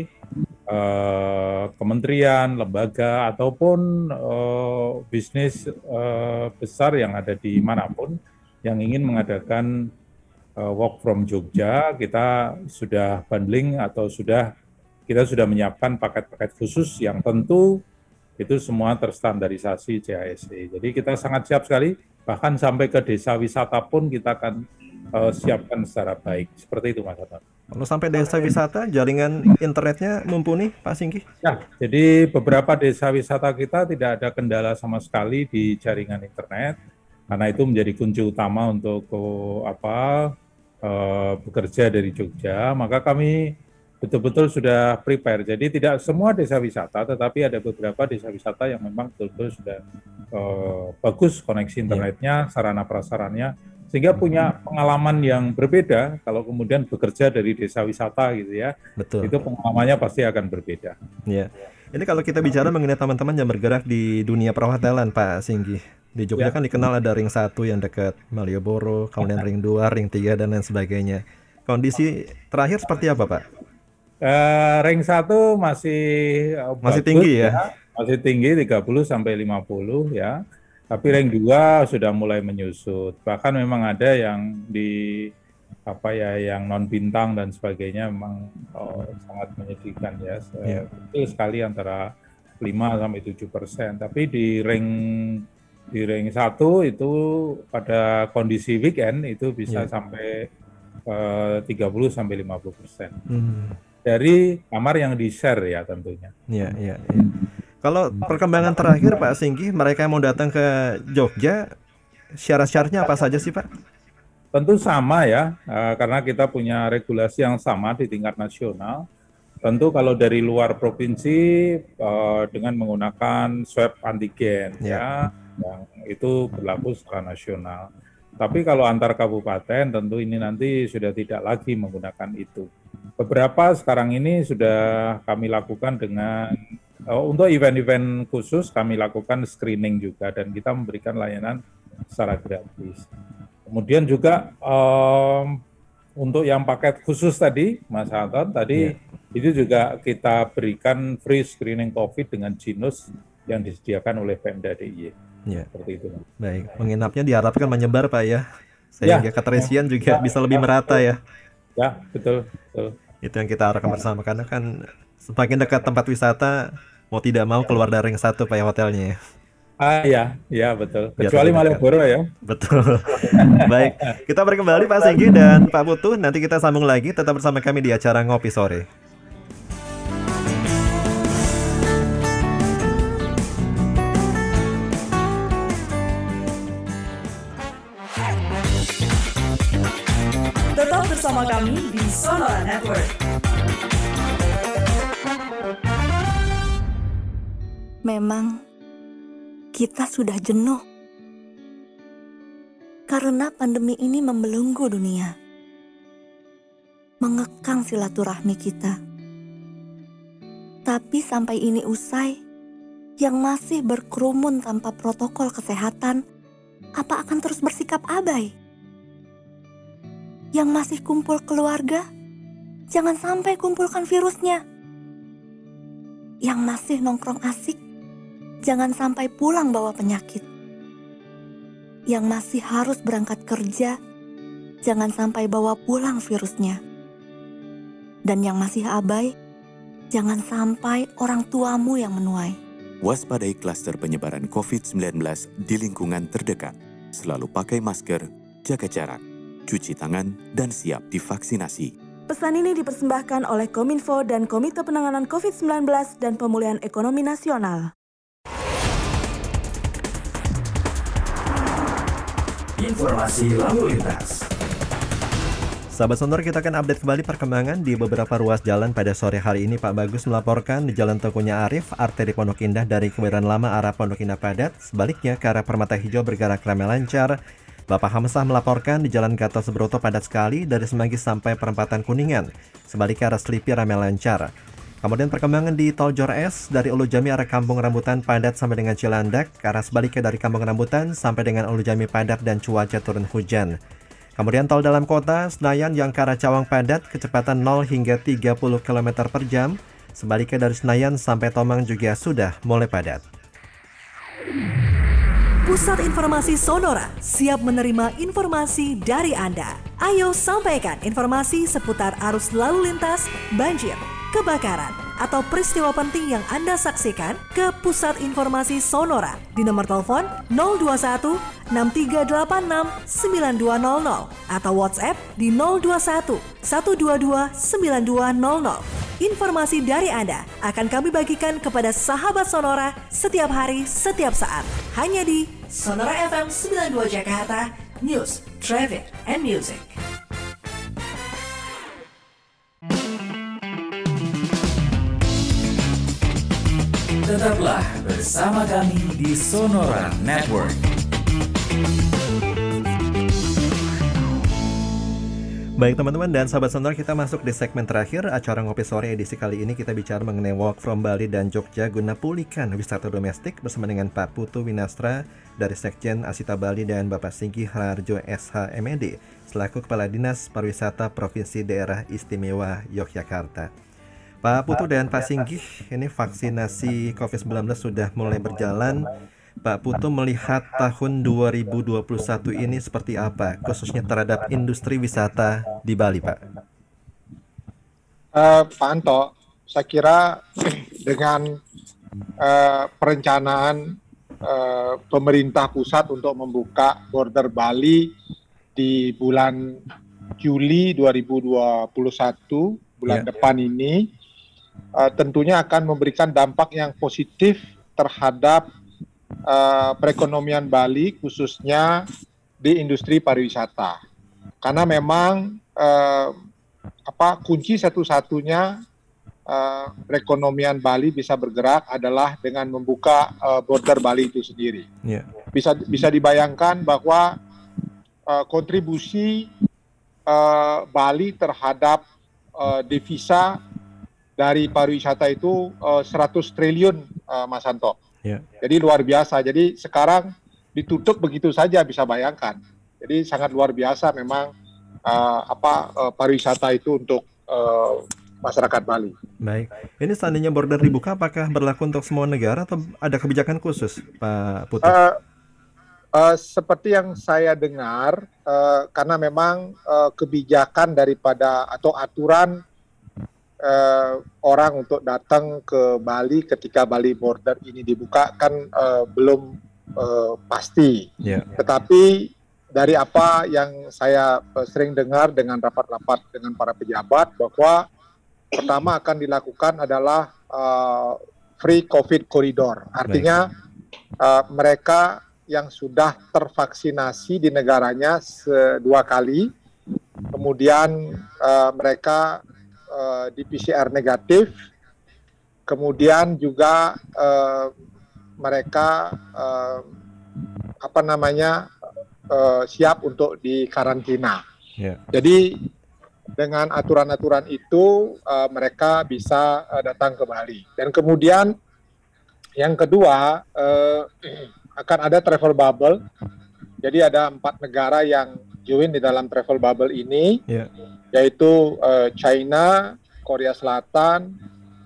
uh, kementerian, lembaga, ataupun uh, bisnis uh, besar yang ada di manapun yang ingin mengadakan uh, work from Jogja. Kita sudah bundling atau sudah kita sudah menyiapkan paket-paket khusus yang tentu itu semua terstandarisasi C H S E. Jadi kita sangat siap sekali, bahkan sampai ke desa wisata pun kita akan uh, siapkan secara baik. Seperti itu Mas Anton. Kalau sampai desa wisata, jaringan internetnya mumpuni, Pak Singgi? Ya, jadi beberapa desa wisata kita tidak ada kendala sama sekali di jaringan internet, karena itu menjadi kunci utama untuk apa uh, bekerja dari Jogja. Maka kami betul-betul sudah prepare. Jadi tidak semua desa wisata, tetapi ada beberapa desa wisata yang memang betul-betul sudah uh, bagus koneksi internetnya, sarana prasarannya, sehingga punya pengalaman yang berbeda kalau kemudian bekerja dari desa wisata gitu ya. Betul. Itu pengalamannya pasti akan berbeda. Ya. Ini kalau kita bicara mengenai teman-teman yang bergerak di dunia perhotelan, Pak Singgi. Di Jogja ya. Kan dikenal ada ring satu yang dekat Malioboro, kemudian ring dua, ring tiga dan lain sebagainya. Kondisi terakhir seperti apa, Pak? Uh, ring satu masih uh, masih bagus, tinggi ya? ya. Masih tinggi tiga puluh sampai lima puluh ya. Tapi ring dua sudah mulai menyusut. Bahkan memang ada yang di apa ya yang non bintang dan sebagainya memang oh, sangat menyedihkan ya. Yeah. Kecil sekali antara lima sampai tujuh persen. Tapi di ring di ring satu itu pada kondisi weekend itu bisa yeah. sampai uh, tiga puluh sampai lima puluh persen. Mm. Dari kamar yang di-share ya tentunya. Iya, iya, iya. Kalau perkembangan terakhir Pak Singgi, mereka yang mau datang ke Jogja, syarat-syaratnya apa saja sih Pak? Tentu sama ya, uh, karena kita punya regulasi yang sama di tingkat nasional. Tentu kalau dari luar provinsi uh, dengan menggunakan swab antigen ya, yang itu berlaku secara nasional. Tapi kalau antar kabupaten tentu ini nanti sudah tidak lagi menggunakan itu. Beberapa sekarang ini sudah kami lakukan dengan uh, untuk event-event khusus kami lakukan screening juga dan kita memberikan layanan secara gratis. Kemudian juga um, untuk yang paket khusus tadi, Mas Anton, tadi yeah. itu juga kita berikan free screening COVID dengan Jinus yang disediakan oleh Pemda D I Y. Ya. Seperti itu. Baik, menginapnya diharapkan menyebar Pak ya, sehingga ya. keterisian juga ya. bisa lebih merata ya. Ya, betul, betul. Itu yang kita harapkan bersama, karena kan semakin dekat tempat wisata, mau tidak mau keluar dari ring satu Pak ya hotelnya ya. Ah ya, ya betul. Kecuali Malioboro ya. Betul. Baik, kita berkembali Pak Singgi dan Pak Putu, nanti kita sambung lagi, tetap bersama kami di acara Ngopi Sore. Tetap bersama kami di Sonora Network. Memang kita sudah jenuh karena pandemi ini membelenggu dunia, mengekang silaturahmi kita. Tapi sampai ini usai, yang masih berkerumun tanpa protokol kesehatan, apa akan terus bersikap abai? Yang masih kumpul keluarga, jangan sampai kumpulkan virusnya. Yang masih nongkrong asik, jangan sampai pulang bawa penyakit. Yang masih harus berangkat kerja, jangan sampai bawa pulang virusnya. Dan yang masih abai, jangan sampai orang tuamu yang menuai. Waspadai klaster penyebaran covid sembilan belas di lingkungan terdekat. Selalu pakai masker, jaga jarak, cuci tangan, dan siap divaksinasi. Pesan ini dipersembahkan oleh Kominfo dan Komite Penanganan covid sembilan belas dan Pemulihan Ekonomi Nasional. Informasi lalu lintas. Sahabat Sonora, kita akan update kembali perkembangan di beberapa ruas jalan pada sore hari ini. Pak Bagus melaporkan di Jalan Tengkunya Arif, arteri Pondok Indah dari Kebayoran Lama arah Pondok Indah padat, sebaliknya ke arah Permata Hijau bergerak ramai lancar. Bapak Hamzah melaporkan di Jalan Gatot Subroto padat sekali dari Semanggi sampai perempatan Kuningan, sebaliknya arah Selipi ramai lancar. Kemudian perkembangan di Tol Jor Es dari Ulu Jami arah Kampung Rambutan padat sampai dengan Cilandak, ke arah sebaliknya dari Kampung Rambutan sampai dengan Ulu Jami padat dan cuaca turun hujan. Kemudian tol dalam kota Senayan yang ke arah Cawang padat, kecepatan nol hingga tiga puluh kilometer per jam, sebaliknya dari Senayan sampai Tomang juga sudah mulai padat. Pusat Informasi Sonora siap menerima informasi dari Anda. Ayo sampaikan informasi seputar arus lalu lintas, banjir, kebakaran, atau peristiwa penting yang Anda saksikan ke Pusat Informasi Sonora di nomor telepon nol dua satu enam tiga delapan enam sembilan dua nol nol atau WhatsApp di nol dua satu satu dua dua sembilan dua nol nol. Informasi dari Anda akan kami bagikan kepada sahabat Sonora setiap hari, setiap saat. Hanya di Sonora F M sembilan puluh dua Jakarta, News, Traffic, and Music. Tetaplah bersama kami di Sonora Network. Baik teman-teman dan sahabat Sonora, kita masuk di segmen terakhir acara Ngopi Sore edisi kali ini. Kita bicara mengenai Walk from Bali dan Jogja guna pulihkan wisata domestik bersama dengan Pak Putu Winastra dari Sekjen Asita Bali dan Bapak Singgi Harjo S H M E D selaku Kepala Dinas Pariwisata Provinsi Daerah Istimewa Yogyakarta. Pak Putu dan Pak Singgi, ini vaksinasi covid sembilan belas sudah mulai berjalan. Pak Putu melihat tahun dua ribu dua puluh satu ini seperti apa, khususnya terhadap industri wisata di Bali, Pak? Uh, Pak Anto, saya kira dengan uh, perencanaan uh, pemerintah pusat untuk membuka border Bali di bulan Juli dua ribu dua puluh satu, bulan yeah. depan ini, uh, tentunya akan memberikan dampak yang positif terhadap Uh, perekonomian Bali, khususnya di industri pariwisata, karena memang uh, apa kunci satu-satunya uh, perekonomian Bali bisa bergerak adalah dengan membuka uh, border Bali itu sendiri. Yeah. Bisa bisa dibayangkan bahwa uh, kontribusi uh, Bali terhadap uh, devisa dari pariwisata itu uh, seratus triliun, uh, Mas Anto. Yeah. Jadi luar biasa. Jadi sekarang ditutup begitu saja, bisa bayangkan. Jadi sangat luar biasa memang uh, apa uh, pariwisata itu untuk uh, masyarakat Bali. Baik. Ini seandainya border dibuka, apakah berlaku untuk semua negara atau ada kebijakan khusus, Pak Putu? Uh, uh, seperti yang saya dengar, uh, karena memang uh, kebijakan daripada atau aturan Uh, orang untuk datang ke Bali ketika Bali border ini dibuka kan uh, belum uh, pasti. Yeah. Tetapi dari apa yang saya uh, sering dengar dengan rapat-rapat dengan para pejabat, bahwa pertama akan dilakukan adalah uh, free COVID corridor. Artinya uh, mereka yang sudah tervaksinasi di negaranya dua kali, kemudian uh, mereka Uh, di P C R negatif, kemudian juga uh, mereka uh, apa namanya uh, siap untuk dikarantina. Yeah. Jadi dengan aturan-aturan itu uh, mereka bisa uh, datang ke Bali. Dan kemudian yang kedua uh, akan ada travel bubble. Jadi ada empat negara yang join di dalam travel bubble ini. Yeah. Yaitu uh, China, Korea Selatan,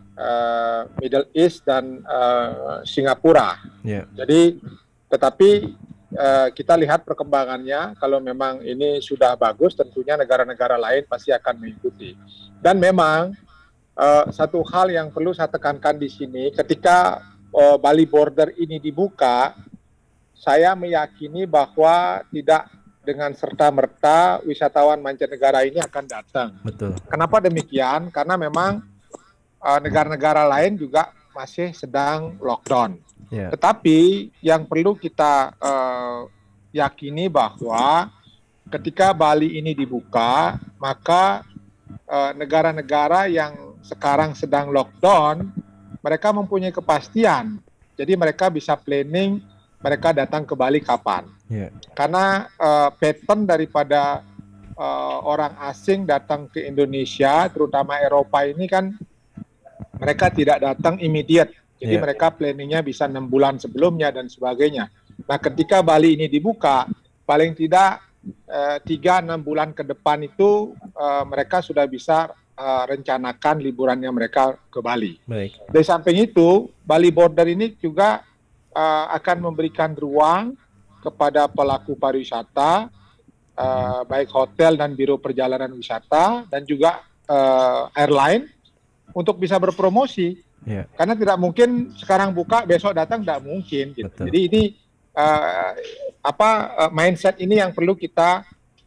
uh, Middle East, dan uh, Singapura. Yeah. Jadi, tetapi uh, kita lihat perkembangannya, kalau memang ini sudah bagus, tentunya negara-negara lain pasti akan mengikuti. Dan memang uh, satu hal yang perlu saya tekankan di sini, ketika uh, Bali border ini dibuka, saya meyakini bahwa tidak dengan serta-merta wisatawan mancanegara ini akan datang. Betul. Kenapa demikian? Karena memang uh, negara-negara lain juga masih sedang lockdown. Yeah. Tetapi yang perlu kita uh, yakini bahwa ketika Bali ini dibuka, maka uh, negara-negara yang sekarang sedang lockdown, mereka mempunyai kepastian. Jadi mereka bisa planning mereka datang ke Bali kapan. Yeah. Karena uh, pattern daripada uh, orang asing datang ke Indonesia, terutama Eropa ini kan mereka tidak datang immediate. Jadi yeah. mereka planningnya bisa enam bulan sebelumnya dan sebagainya. Nah ketika Bali ini dibuka, paling tidak tiga enam bulan ke depan itu uh, mereka sudah bisa uh, rencanakan liburannya mereka ke Bali. Baik. Di samping itu, Bali border ini juga uh, akan memberikan ruang kepada pelaku pariwisata, uh, baik hotel dan biro perjalanan wisata, dan juga uh, airline, untuk bisa berpromosi. Yeah. Karena tidak mungkin sekarang buka besok datang, tidak mungkin. Gitu. Jadi ini uh, apa uh, mindset ini yang perlu kita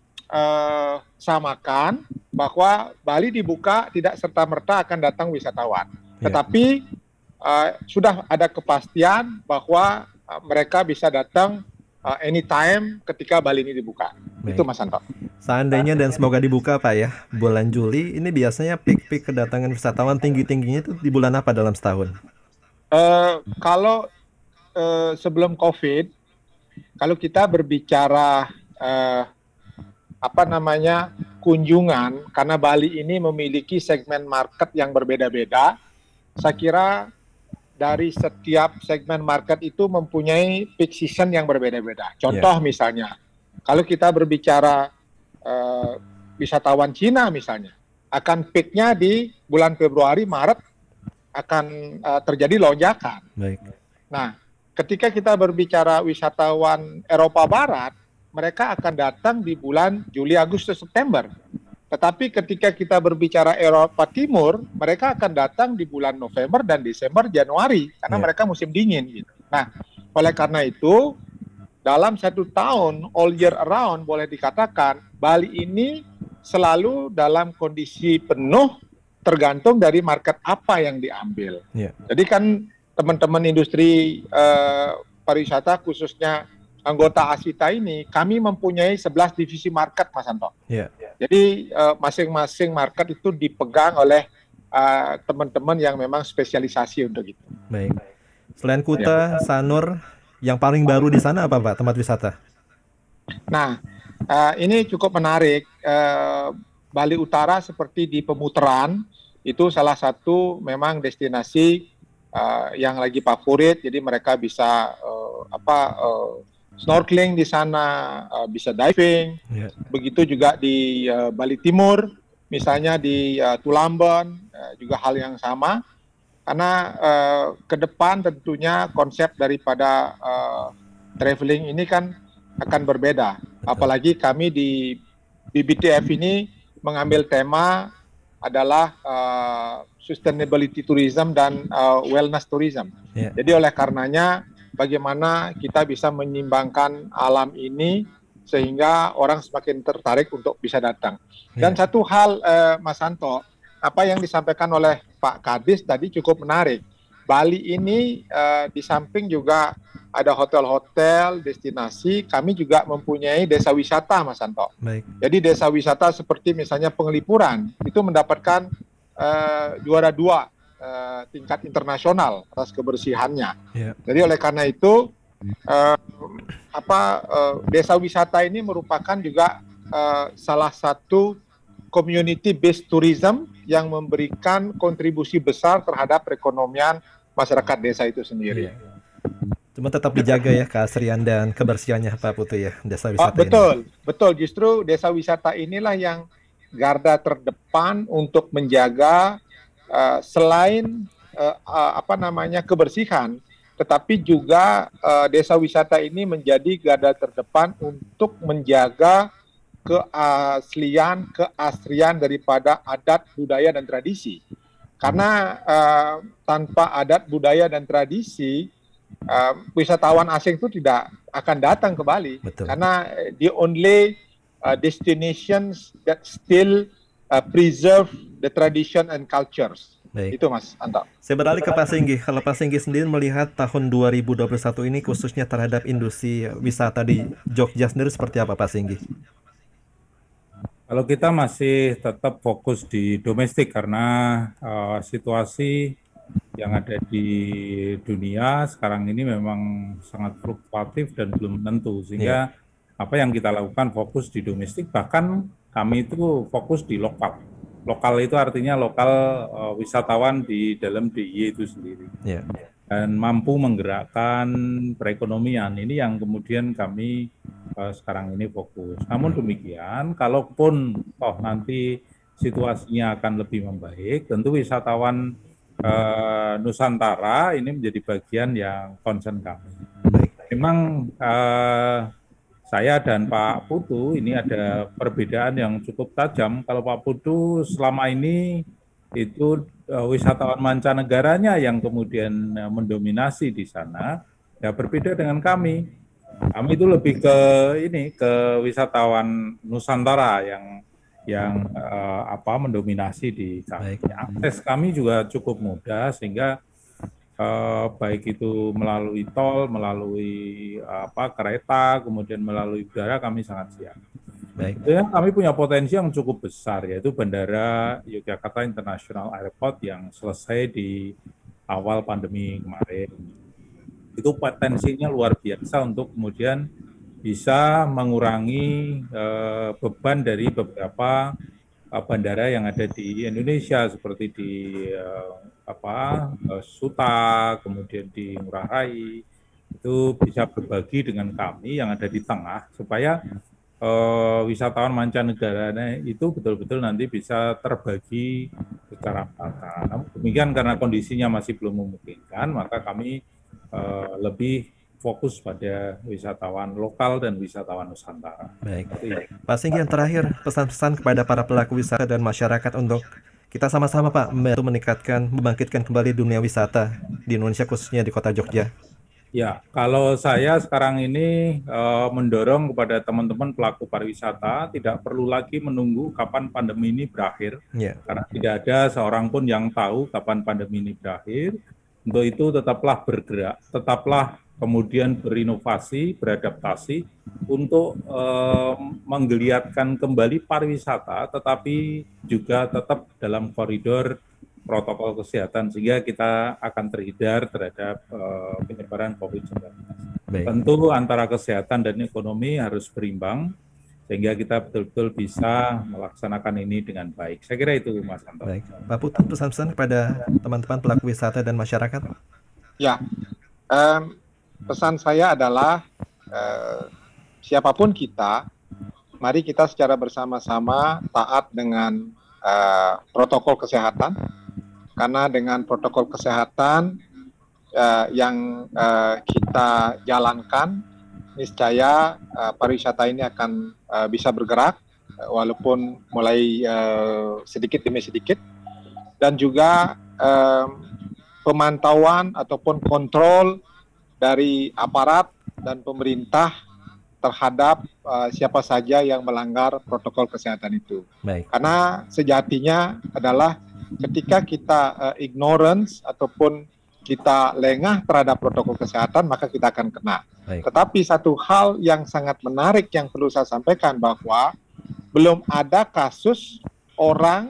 uh, samakan, bahwa Bali dibuka tidak serta-merta akan datang wisatawan. Yeah. Tetapi uh, sudah ada kepastian bahwa uh, mereka bisa datang uh, anytime ketika Bali ini dibuka. Baik. Itu Mas Anto. Seandainya dan semoga dibuka Pak ya, bulan Juli ini biasanya peak-peak kedatangan wisatawan tinggi-tingginya itu di bulan apa dalam setahun? Uh, kalau uh, sebelum COVID, kalau kita berbicara uh, apa namanya kunjungan, karena Bali ini memiliki segmen market yang berbeda-beda, saya kira dari setiap segmen market itu mempunyai peak season yang berbeda-beda. Contoh yeah. misalnya, kalau kita berbicara Uh, wisatawan Cina misalnya, akan peaknya di bulan Februari Maret akan uh, terjadi lonjakan. Baik. Nah, ketika kita berbicara wisatawan Eropa Barat, mereka akan datang di bulan Juli, Agustus, September. Tetapi ketika kita berbicara Eropa Timur, mereka akan datang di bulan November dan Desember, Januari, karena yeah. mereka musim dingin. Gitu. Nah, oleh karena itu, dalam satu tahun, all year around, boleh dikatakan, Bali ini selalu dalam kondisi penuh, tergantung dari market apa yang diambil. Yeah. Jadi kan teman-teman industri uh, pariwisata, khususnya anggota Asita ini, kami mempunyai sebelas divisi market, Mas Anto. Yeah. Jadi uh, masing-masing market itu dipegang oleh uh, teman-teman yang memang spesialisasi untuk itu. Baik. Selain Kuta, Sanur, yang paling baru di sana apa Pak, tempat wisata? Nah, uh, ini cukup menarik. Uh, Bali Utara seperti di Pemutaran, itu salah satu memang destinasi uh, yang lagi favorit. Jadi mereka bisa uh, apa uh, snorkeling di sana, uh, bisa diving. Yeah. Begitu juga di uh, Bali Timur, misalnya di uh, Tulamben, uh, juga hal yang sama. Karena uh, ke depan tentunya konsep daripada uh, traveling ini kan akan berbeda. Apalagi kami di B B T F ini mengambil tema adalah uh, sustainability tourism dan uh, wellness tourism. Yeah. Jadi oleh karenanya bagaimana kita bisa menyimbangkan alam ini sehingga orang semakin tertarik untuk bisa datang. Yeah. Dan satu hal uh, Mas Anto, apa yang disampaikan oleh Pak Kadis tadi cukup menarik. Bali ini uh, di samping juga ada hotel-hotel, destinasi, kami juga mempunyai desa wisata, Mas Anto. Baik. Jadi desa wisata seperti misalnya Penglipuran, itu mendapatkan uh, juara dua uh, tingkat internasional atas kebersihannya. Yeah. Jadi oleh karena itu, uh, apa uh, desa wisata ini merupakan juga uh, salah satu community-based tourism yang memberikan kontribusi besar terhadap perekonomian masyarakat desa itu sendiri. Iya. Cuma tetap dijaga ya keasrian dan kebersihannya Pak Putu ya, desa wisata oh, betul, ini. Betul, justru desa wisata inilah yang garda terdepan untuk menjaga uh, selain uh, uh, apa namanya kebersihan, tetapi juga uh, desa wisata ini menjadi garda terdepan untuk menjaga keaslian, keasrian daripada adat, budaya, dan tradisi. Karena uh, tanpa adat, budaya, dan tradisi, uh, wisatawan asing itu tidak akan datang ke Bali. Betul. Karena the only uh, destinations that still uh, preserve the tradition and cultures. Baik. Itu Mas Anto. Saya beralih ke Pak Singgi. Kalau Pak Singgi sendiri melihat tahun dua ribu dua puluh satu ini khususnya terhadap industri wisata di Jogja sendiri seperti apa Pak Singgi? Kalau kita masih tetap fokus di domestik karena uh, situasi yang ada di dunia sekarang ini memang sangat fluktuatif dan belum tentu, sehingga yeah. apa yang kita lakukan fokus di domestik, bahkan kami itu fokus di lokal. Lokal itu artinya lokal uh, wisatawan di dalam D I Y itu sendiri. Yeah. Dan mampu menggerakkan perekonomian, ini yang kemudian kami uh, sekarang ini fokus. Namun demikian, kalaupun toh nanti situasinya akan lebih membaik, tentu wisatawan uh, Nusantara ini menjadi bagian yang concern kami. Memang uh, saya dan Pak Putu ini ada perbedaan yang cukup tajam. Kalau Pak Putu selama ini itu uh, wisatawan mancanegaranya yang kemudian uh, mendominasi di sana, ya berbeda dengan kami. Kami itu lebih ke ini ke wisatawan Nusantara yang yang uh, apa mendominasi di kami. Akses kami juga cukup mudah sehingga uh, baik itu melalui tol, melalui uh, apa kereta, kemudian melalui udara kami sangat siap. Baik. Ya, kami punya potensi yang cukup besar, yaitu Bandara Yogyakarta International Airport yang selesai di awal pandemi kemarin. Itu potensinya luar biasa untuk kemudian bisa mengurangi uh, beban dari beberapa uh, bandara yang ada di Indonesia seperti di uh, apa uh, Suta, kemudian di Ngurah Rai, itu bisa berbagi dengan kami yang ada di tengah supaya uh, wisatawan mancanegara itu betul-betul nanti bisa terbagi secara merata. Namun demikian karena kondisinya masih belum memungkinkan, maka kami uh, lebih fokus pada wisatawan lokal dan wisatawan Nusantara. Baik. Pak Singgi, yang terakhir, pesan-pesan kepada para pelaku wisata dan masyarakat untuk kita sama-sama Pak membantu meningkatkan, membangkitkan kembali dunia wisata di Indonesia khususnya di Kota Jogja. Ya, kalau saya sekarang ini uh, mendorong kepada teman-teman pelaku pariwisata tidak perlu lagi menunggu kapan pandemi ini berakhir, yeah. Karena tidak ada seorang pun yang tahu kapan pandemi ini berakhir. Untuk itu tetaplah bergerak, tetaplah kemudian berinovasi, beradaptasi untuk eh, menggeliatkan kembali pariwisata, tetapi juga tetap dalam koridor protokol kesehatan sehingga kita akan terhindar terhadap eh, penyebaran covid sembilan belas. Baik. Tentu antara kesehatan dan ekonomi harus berimbang sehingga kita betul-betul bisa melaksanakan ini dengan baik. Saya kira itu, Mas Anto. Baik, Pak Putu, pesan-pesan kepada teman-teman pelaku wisata dan masyarakat. Ya. Um, Pesan saya adalah eh, siapapun kita, mari kita secara bersama-sama taat dengan eh, protokol kesehatan, karena dengan protokol kesehatan eh, yang eh, kita jalankan, niscaya eh, pariwisata ini akan eh, bisa bergerak, eh, walaupun mulai eh, sedikit demi sedikit, dan juga eh, pemantauan ataupun kontrol dari aparat dan pemerintah terhadap uh, siapa saja yang melanggar protokol kesehatan itu. Baik. Karena sejatinya adalah ketika kita uh, ignorance ataupun kita lengah terhadap protokol kesehatan, maka kita akan kena. Baik. Tetapi satu hal yang sangat menarik yang perlu saya sampaikan bahwa belum ada kasus orang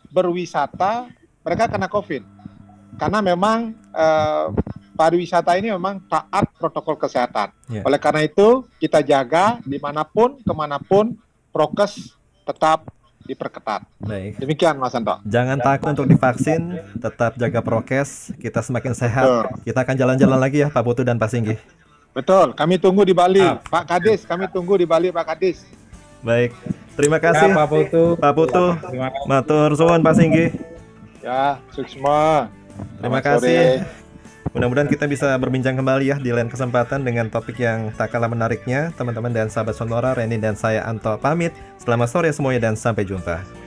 berwisata mereka kena COVID. Karena memang uh, pariwisata ini memang taat protokol kesehatan. Yeah. Oleh karena itu, kita jaga dimanapun, kemanapun, prokes tetap diperketat. Baik. Demikian, Mas Anto. Jangan takut untuk divaksin, tetap jaga prokes, kita semakin sehat. Betul. Kita akan jalan-jalan lagi ya, Pak Putu dan Pak Singgi. Betul, kami tunggu di Bali. Ah. Pak Kadis, kami tunggu di Bali, Pak Kadis. Baik, terima kasih ya, Pak Putu. Pak Putu, ya, matur suwun Pak Singgi. Ya, sukses. Terima kasih. Mudah-mudahan kita bisa berbincang kembali ya di lain kesempatan dengan topik yang tak kalah menariknya. Teman-teman dan sahabat Sonora, Randy dan saya Anto pamit. Selamat sore semuanya dan sampai jumpa.